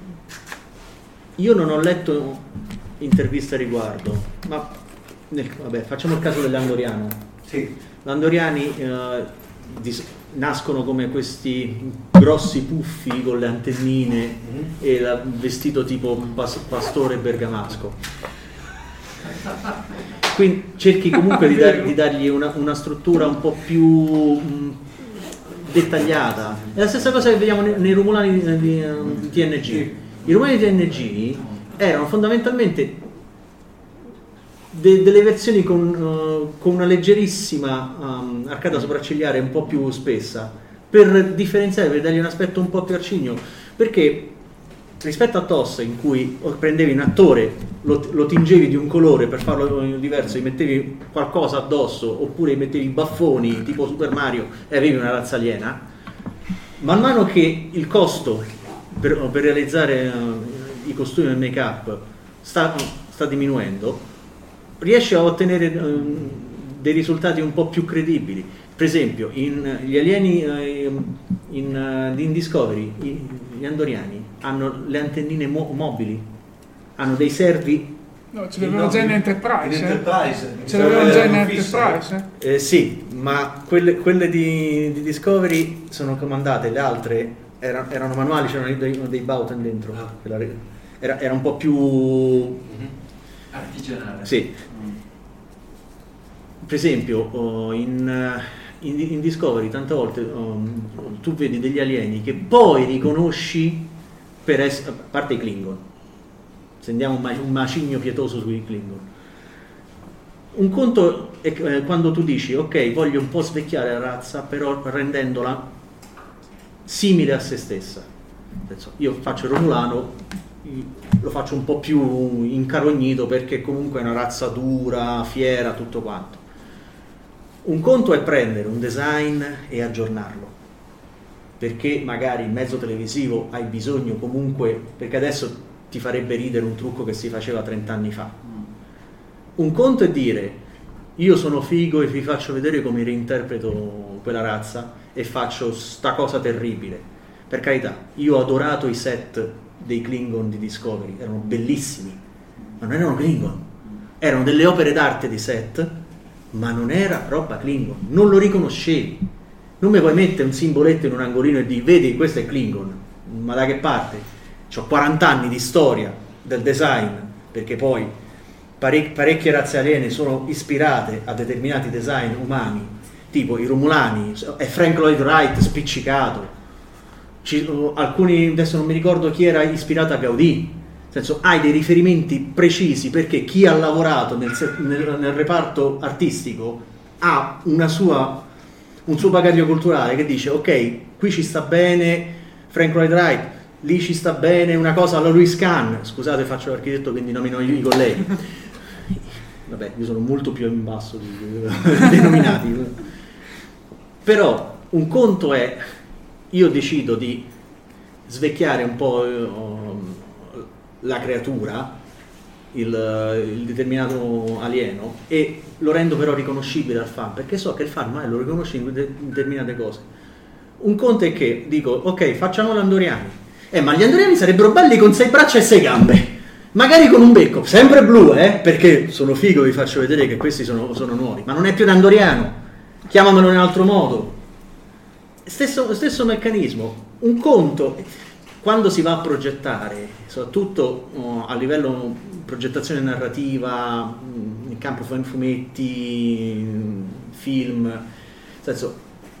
io non ho letto interviste a riguardo, ma nel, vabbè, facciamo il caso dell'Andoriano. Sì. L'Andoriani eh, dis, nascono come questi grossi puffi con le antennine mm-hmm. e il vestito tipo pas, pastore bergamasco. Quindi cerchi comunque di, dar, di dargli una, una struttura un po' più mh, dettagliata. È la stessa cosa che vediamo nei, nei Romulani di, di, di T N G. I Romulani di T N G erano fondamentalmente de, delle versioni con, uh, con una leggerissima um, arcata sopraccigliare un po' più spessa, per differenziare, per dargli un aspetto un po' più arcigno, perché rispetto a Toss, in cui prendevi un attore, lo, lo tingevi di un colore per farlo diverso, gli mettevi qualcosa addosso oppure gli mettevi i baffoni tipo Super Mario e avevi una razza aliena, man mano che il costo per, per realizzare uh, i costumi e il make up sta, sta diminuendo, riesci a ottenere uh, dei risultati un po' più credibili. Per esempio, in, gli alieni uh, in, uh, in Discovery, i, gli Andoriani hanno le antennine mo- mobili, hanno dei servi. No, ce l'avevano già in Enterprise. In Enterprise. Eh? Ce l'avevano già in Enterprise. Eh, sì, ma quelle, quelle di, di Discovery sono comandate, le altre erano, erano manuali, c'erano dei, dei Bauten dentro. Ah. Era, era un po' più mm-hmm. artigianale. Sì. Mm. Per esempio, oh, in, in, in Discovery tante volte um, tu vedi degli alieni che poi riconosci per essere, a parte i Klingon, sentiamo un, un macigno pietoso sui Klingon. Un conto è eh, quando tu dici ok, voglio un po' svecchiare la razza, però rendendola simile a se stessa. Io faccio il Romulano, lo faccio un po' più incarognito perché comunque è una razza dura, fiera, tutto quanto. Un conto è prendere un design e aggiornarlo, perché magari in mezzo televisivo hai bisogno comunque, perché adesso ti farebbe ridere un trucco che si faceva trent'anni fa. Un conto è dire io sono figo e vi faccio vedere come reinterpreto quella razza e faccio sta cosa terribile. Per carità, io ho adorato i set dei Klingon di Discovery, erano bellissimi, ma non erano Klingon, erano delle opere d'arte di set, ma non era roba Klingon, non lo riconoscevi. Non mi puoi mettere un simboletto in un angolino e dire vedi questo è Klingon, ma da che parte? C'ho quaranta anni di storia del design, perché poi parec- parecchie razze aliene sono ispirate a determinati design umani, tipo i Romulani, è Frank Lloyd Wright spiccicato. Ci, alcuni, adesso non mi ricordo chi era ispirato a Gaudì, nel senso hai dei riferimenti precisi perché chi ha lavorato nel, nel, nel reparto artistico ha una sua, un suo bagaglio culturale che dice ok, qui ci sta bene Frank Lloyd Wright, lì ci sta bene una cosa alla Louis Kahn, scusate faccio l'architetto quindi nomino i colleghi, vabbè io sono molto più in basso dei nominati, però un conto è io decido di svecchiare un po' uh, la creatura, il, il determinato alieno, e lo rendo però riconoscibile al fan, perché so che il fan mai lo riconosce in determinate cose. Un conto è che dico, ok, facciamo gli Andoriani, eh, ma gli Andoriani sarebbero belli con sei braccia e sei gambe, magari con un becco, sempre blu, eh, perché sono figo, vi faccio vedere che questi sono, sono nuovi, ma non è più un Andoriano, chiamamelo in un altro modo. Stesso, stesso meccanismo. Un conto quando si va a progettare, soprattutto uh, a livello progettazione narrativa, in campo fumetti, film, nel senso,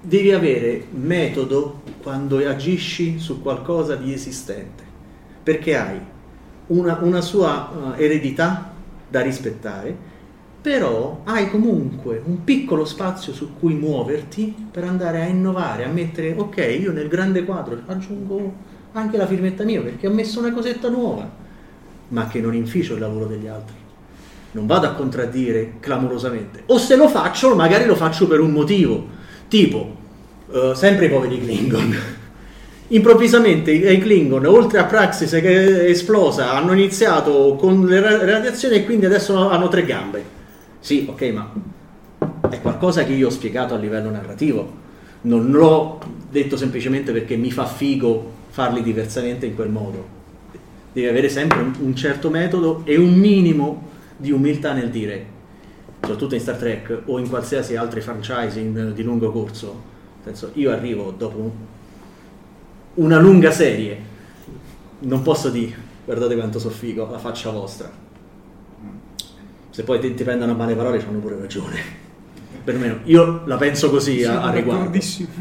devi avere metodo quando agisci su qualcosa di esistente, perché hai una, una sua uh, eredità da rispettare, però hai comunque un piccolo spazio su cui muoverti per andare a innovare, a mettere, ok, io nel grande quadro aggiungo anche la firmetta mia perché ho messo una cosetta nuova, ma che non inficio il lavoro degli altri. Non vado a contraddire clamorosamente, o se lo faccio magari lo faccio per un motivo, tipo uh, sempre i poveri Klingon. Improvvisamente i Klingon, oltre a Praxis che è esplosa, hanno iniziato con le radiazioni e quindi adesso hanno tre gambe. Sì, ok, ma è qualcosa che io ho spiegato a livello narrativo, non l'ho detto semplicemente perché mi fa figo farli diversamente in quel modo. Devi avere sempre un, un certo metodo e un minimo di umiltà nel dire, soprattutto in Star Trek o in qualsiasi altri franchising di lungo corso. Nel senso, io arrivo dopo un, una lunga serie, non posso dire guardate quanto so figo, la faccia vostra. Se poi ti, ti prendono a male parole c'hanno pure ragione, perlomeno io la penso così a, a riguardo.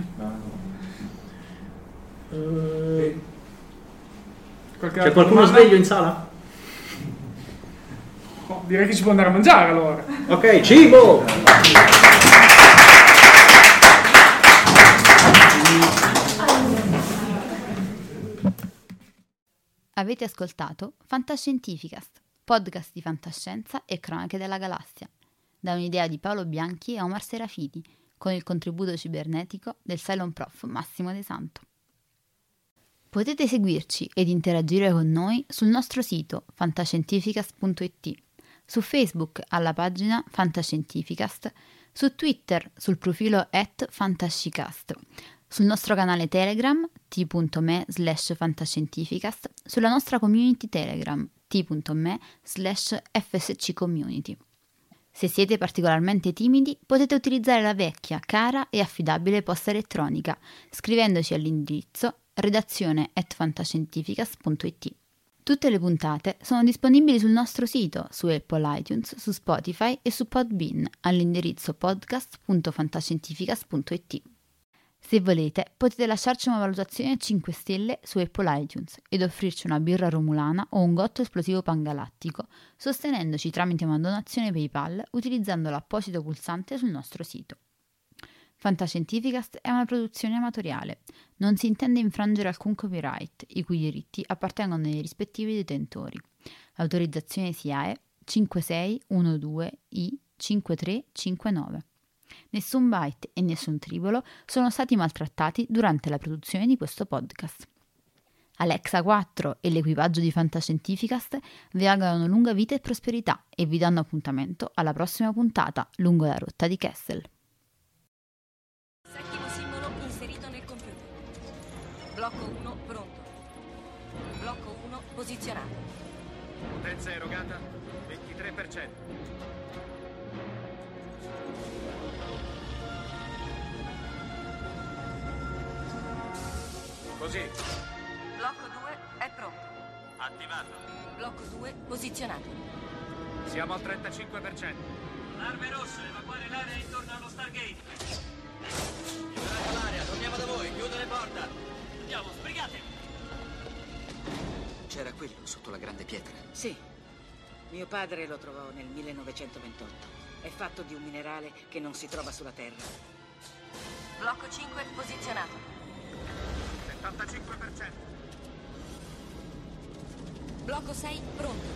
Uh, c'è qualcuno sveglio in sala? Oh, direi che si può andare a mangiare allora. Ok, cibo! Avete ascoltato Fantascientificast, podcast di fantascienza e cronache della galassia, da un'idea di Paolo Bianchi e Omar Serafiti, con il contributo cibernetico del Cylon Prof Massimo De Santo. Potete seguirci ed interagire con noi sul nostro sito fantascientificast punto it, su Facebook alla pagina Fantascientificast, su Twitter sul profilo at fantascicast, sul nostro canale Telegram t.me slash fantascientificast, sulla nostra community Telegram t.me slash fsccommunity. Se siete particolarmente timidi, potete utilizzare la vecchia, cara e affidabile posta elettronica, scrivendoci all'indirizzo redazione at fantascientificast punto it. Tutte le puntate sono disponibili sul nostro sito, su Apple iTunes, su Spotify e su Podbean, all'indirizzo podcast punto fantascientificast punto it. Se volete, potete lasciarci una valutazione a cinque stelle su Apple iTunes ed offrirci una birra romulana o un gotto esplosivo pangalattico, sostenendoci tramite una donazione PayPal utilizzando l'apposito pulsante sul nostro sito. Fantascientificast è una produzione amatoriale, non si intende infrangere alcun copyright, i cui diritti appartengono ai rispettivi detentori. Autorizzazione S I A E cinque sei uno due I cinque tre cinque nove. Nessun byte e nessun tribolo sono stati maltrattati durante la produzione di questo podcast. Alexa quattro e l'equipaggio di Fantascientificast vi augurano lunga vita e prosperità e vi danno appuntamento alla prossima puntata lungo la rotta di Kessel. Settimo simbolo inserito nel computer. Blocco uno pronto. Blocco uno posizionato. Potenza erogata ventitré per cento. Così. Blocco due è pronto. Attivato. Blocco due posizionato. Siamo al trentacinque per cento. Arme rosse, evacuare l'area intorno allo Stargate. Liberate l'area, torniamo da voi, chiudo le porte. Andiamo, sbrigate. C'era quello sotto la grande pietra? Sì. Mio padre lo trovò nel millenovecentoventotto. È fatto di un minerale che non si trova sulla Terra. Blocco cinque posizionato. settantacinque per cento. Blocco sei pronto.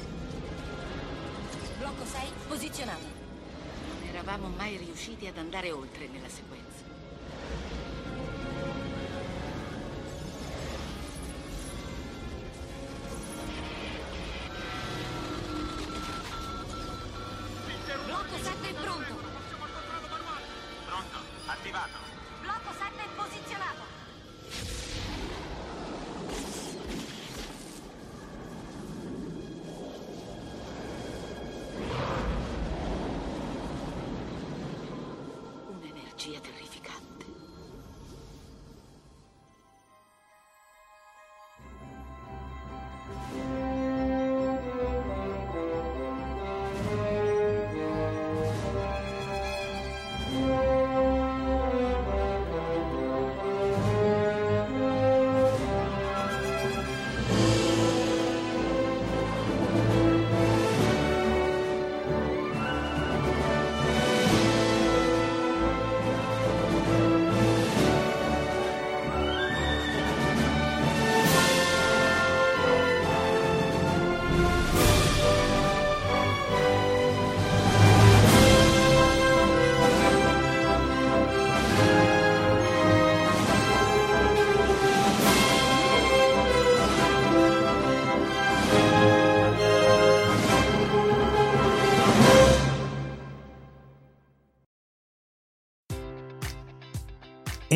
Blocco sei posizionato. Non eravamo mai riusciti ad andare oltre nella sequenza. Blocco sette pronto. Pronto, attivato. Blocco sette posizionato. Un'energia terrificante.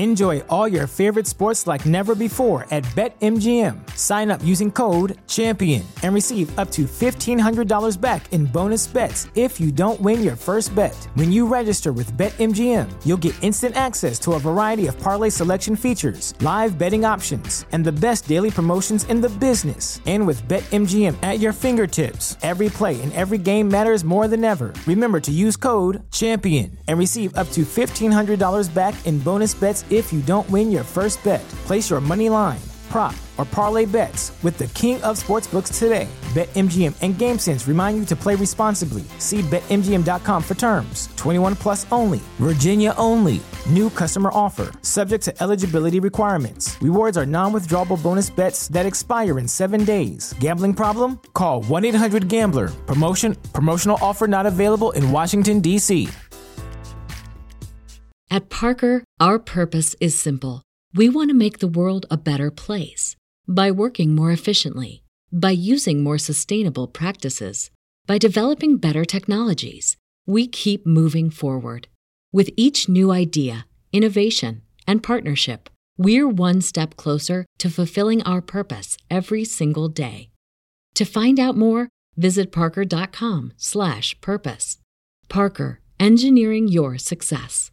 Enjoy all your favorite sports like never before at BetMGM. Sign up using code CHAMPION and receive up to fifteen hundred dollars back in bonus bets if you don't win your first bet. When you register with BetMGM, you'll get instant access to a variety of parlay selection features, live betting options, and the best daily promotions in the business. And with BetMGM at your fingertips, every play and every game matters more than ever. Remember to use code CHAMPION and receive up to fifteen hundred dollars back in bonus bets if you don't win your first bet. Place your money line, prop, or parlay bets with the king of sportsbooks today. BetMGM and GameSense remind you to play responsibly. See Bet M G M dot com for terms. twenty-one plus only. Virginia only. New customer offer. Subject to eligibility requirements. Rewards are non-withdrawable bonus bets that expire in seven days. Gambling problem? Call one eight hundred gambler. Promotion. Promotional offer not available in Washington, D C At Parker, our purpose is simple. We want to make the world a better place by working more efficiently, by using more sustainable practices, by developing better technologies. We keep moving forward. With each new idea, innovation, and partnership, we're one step closer to fulfilling our purpose every single day. To find out more, visit parker dot com slash purpose. Parker, engineering your success.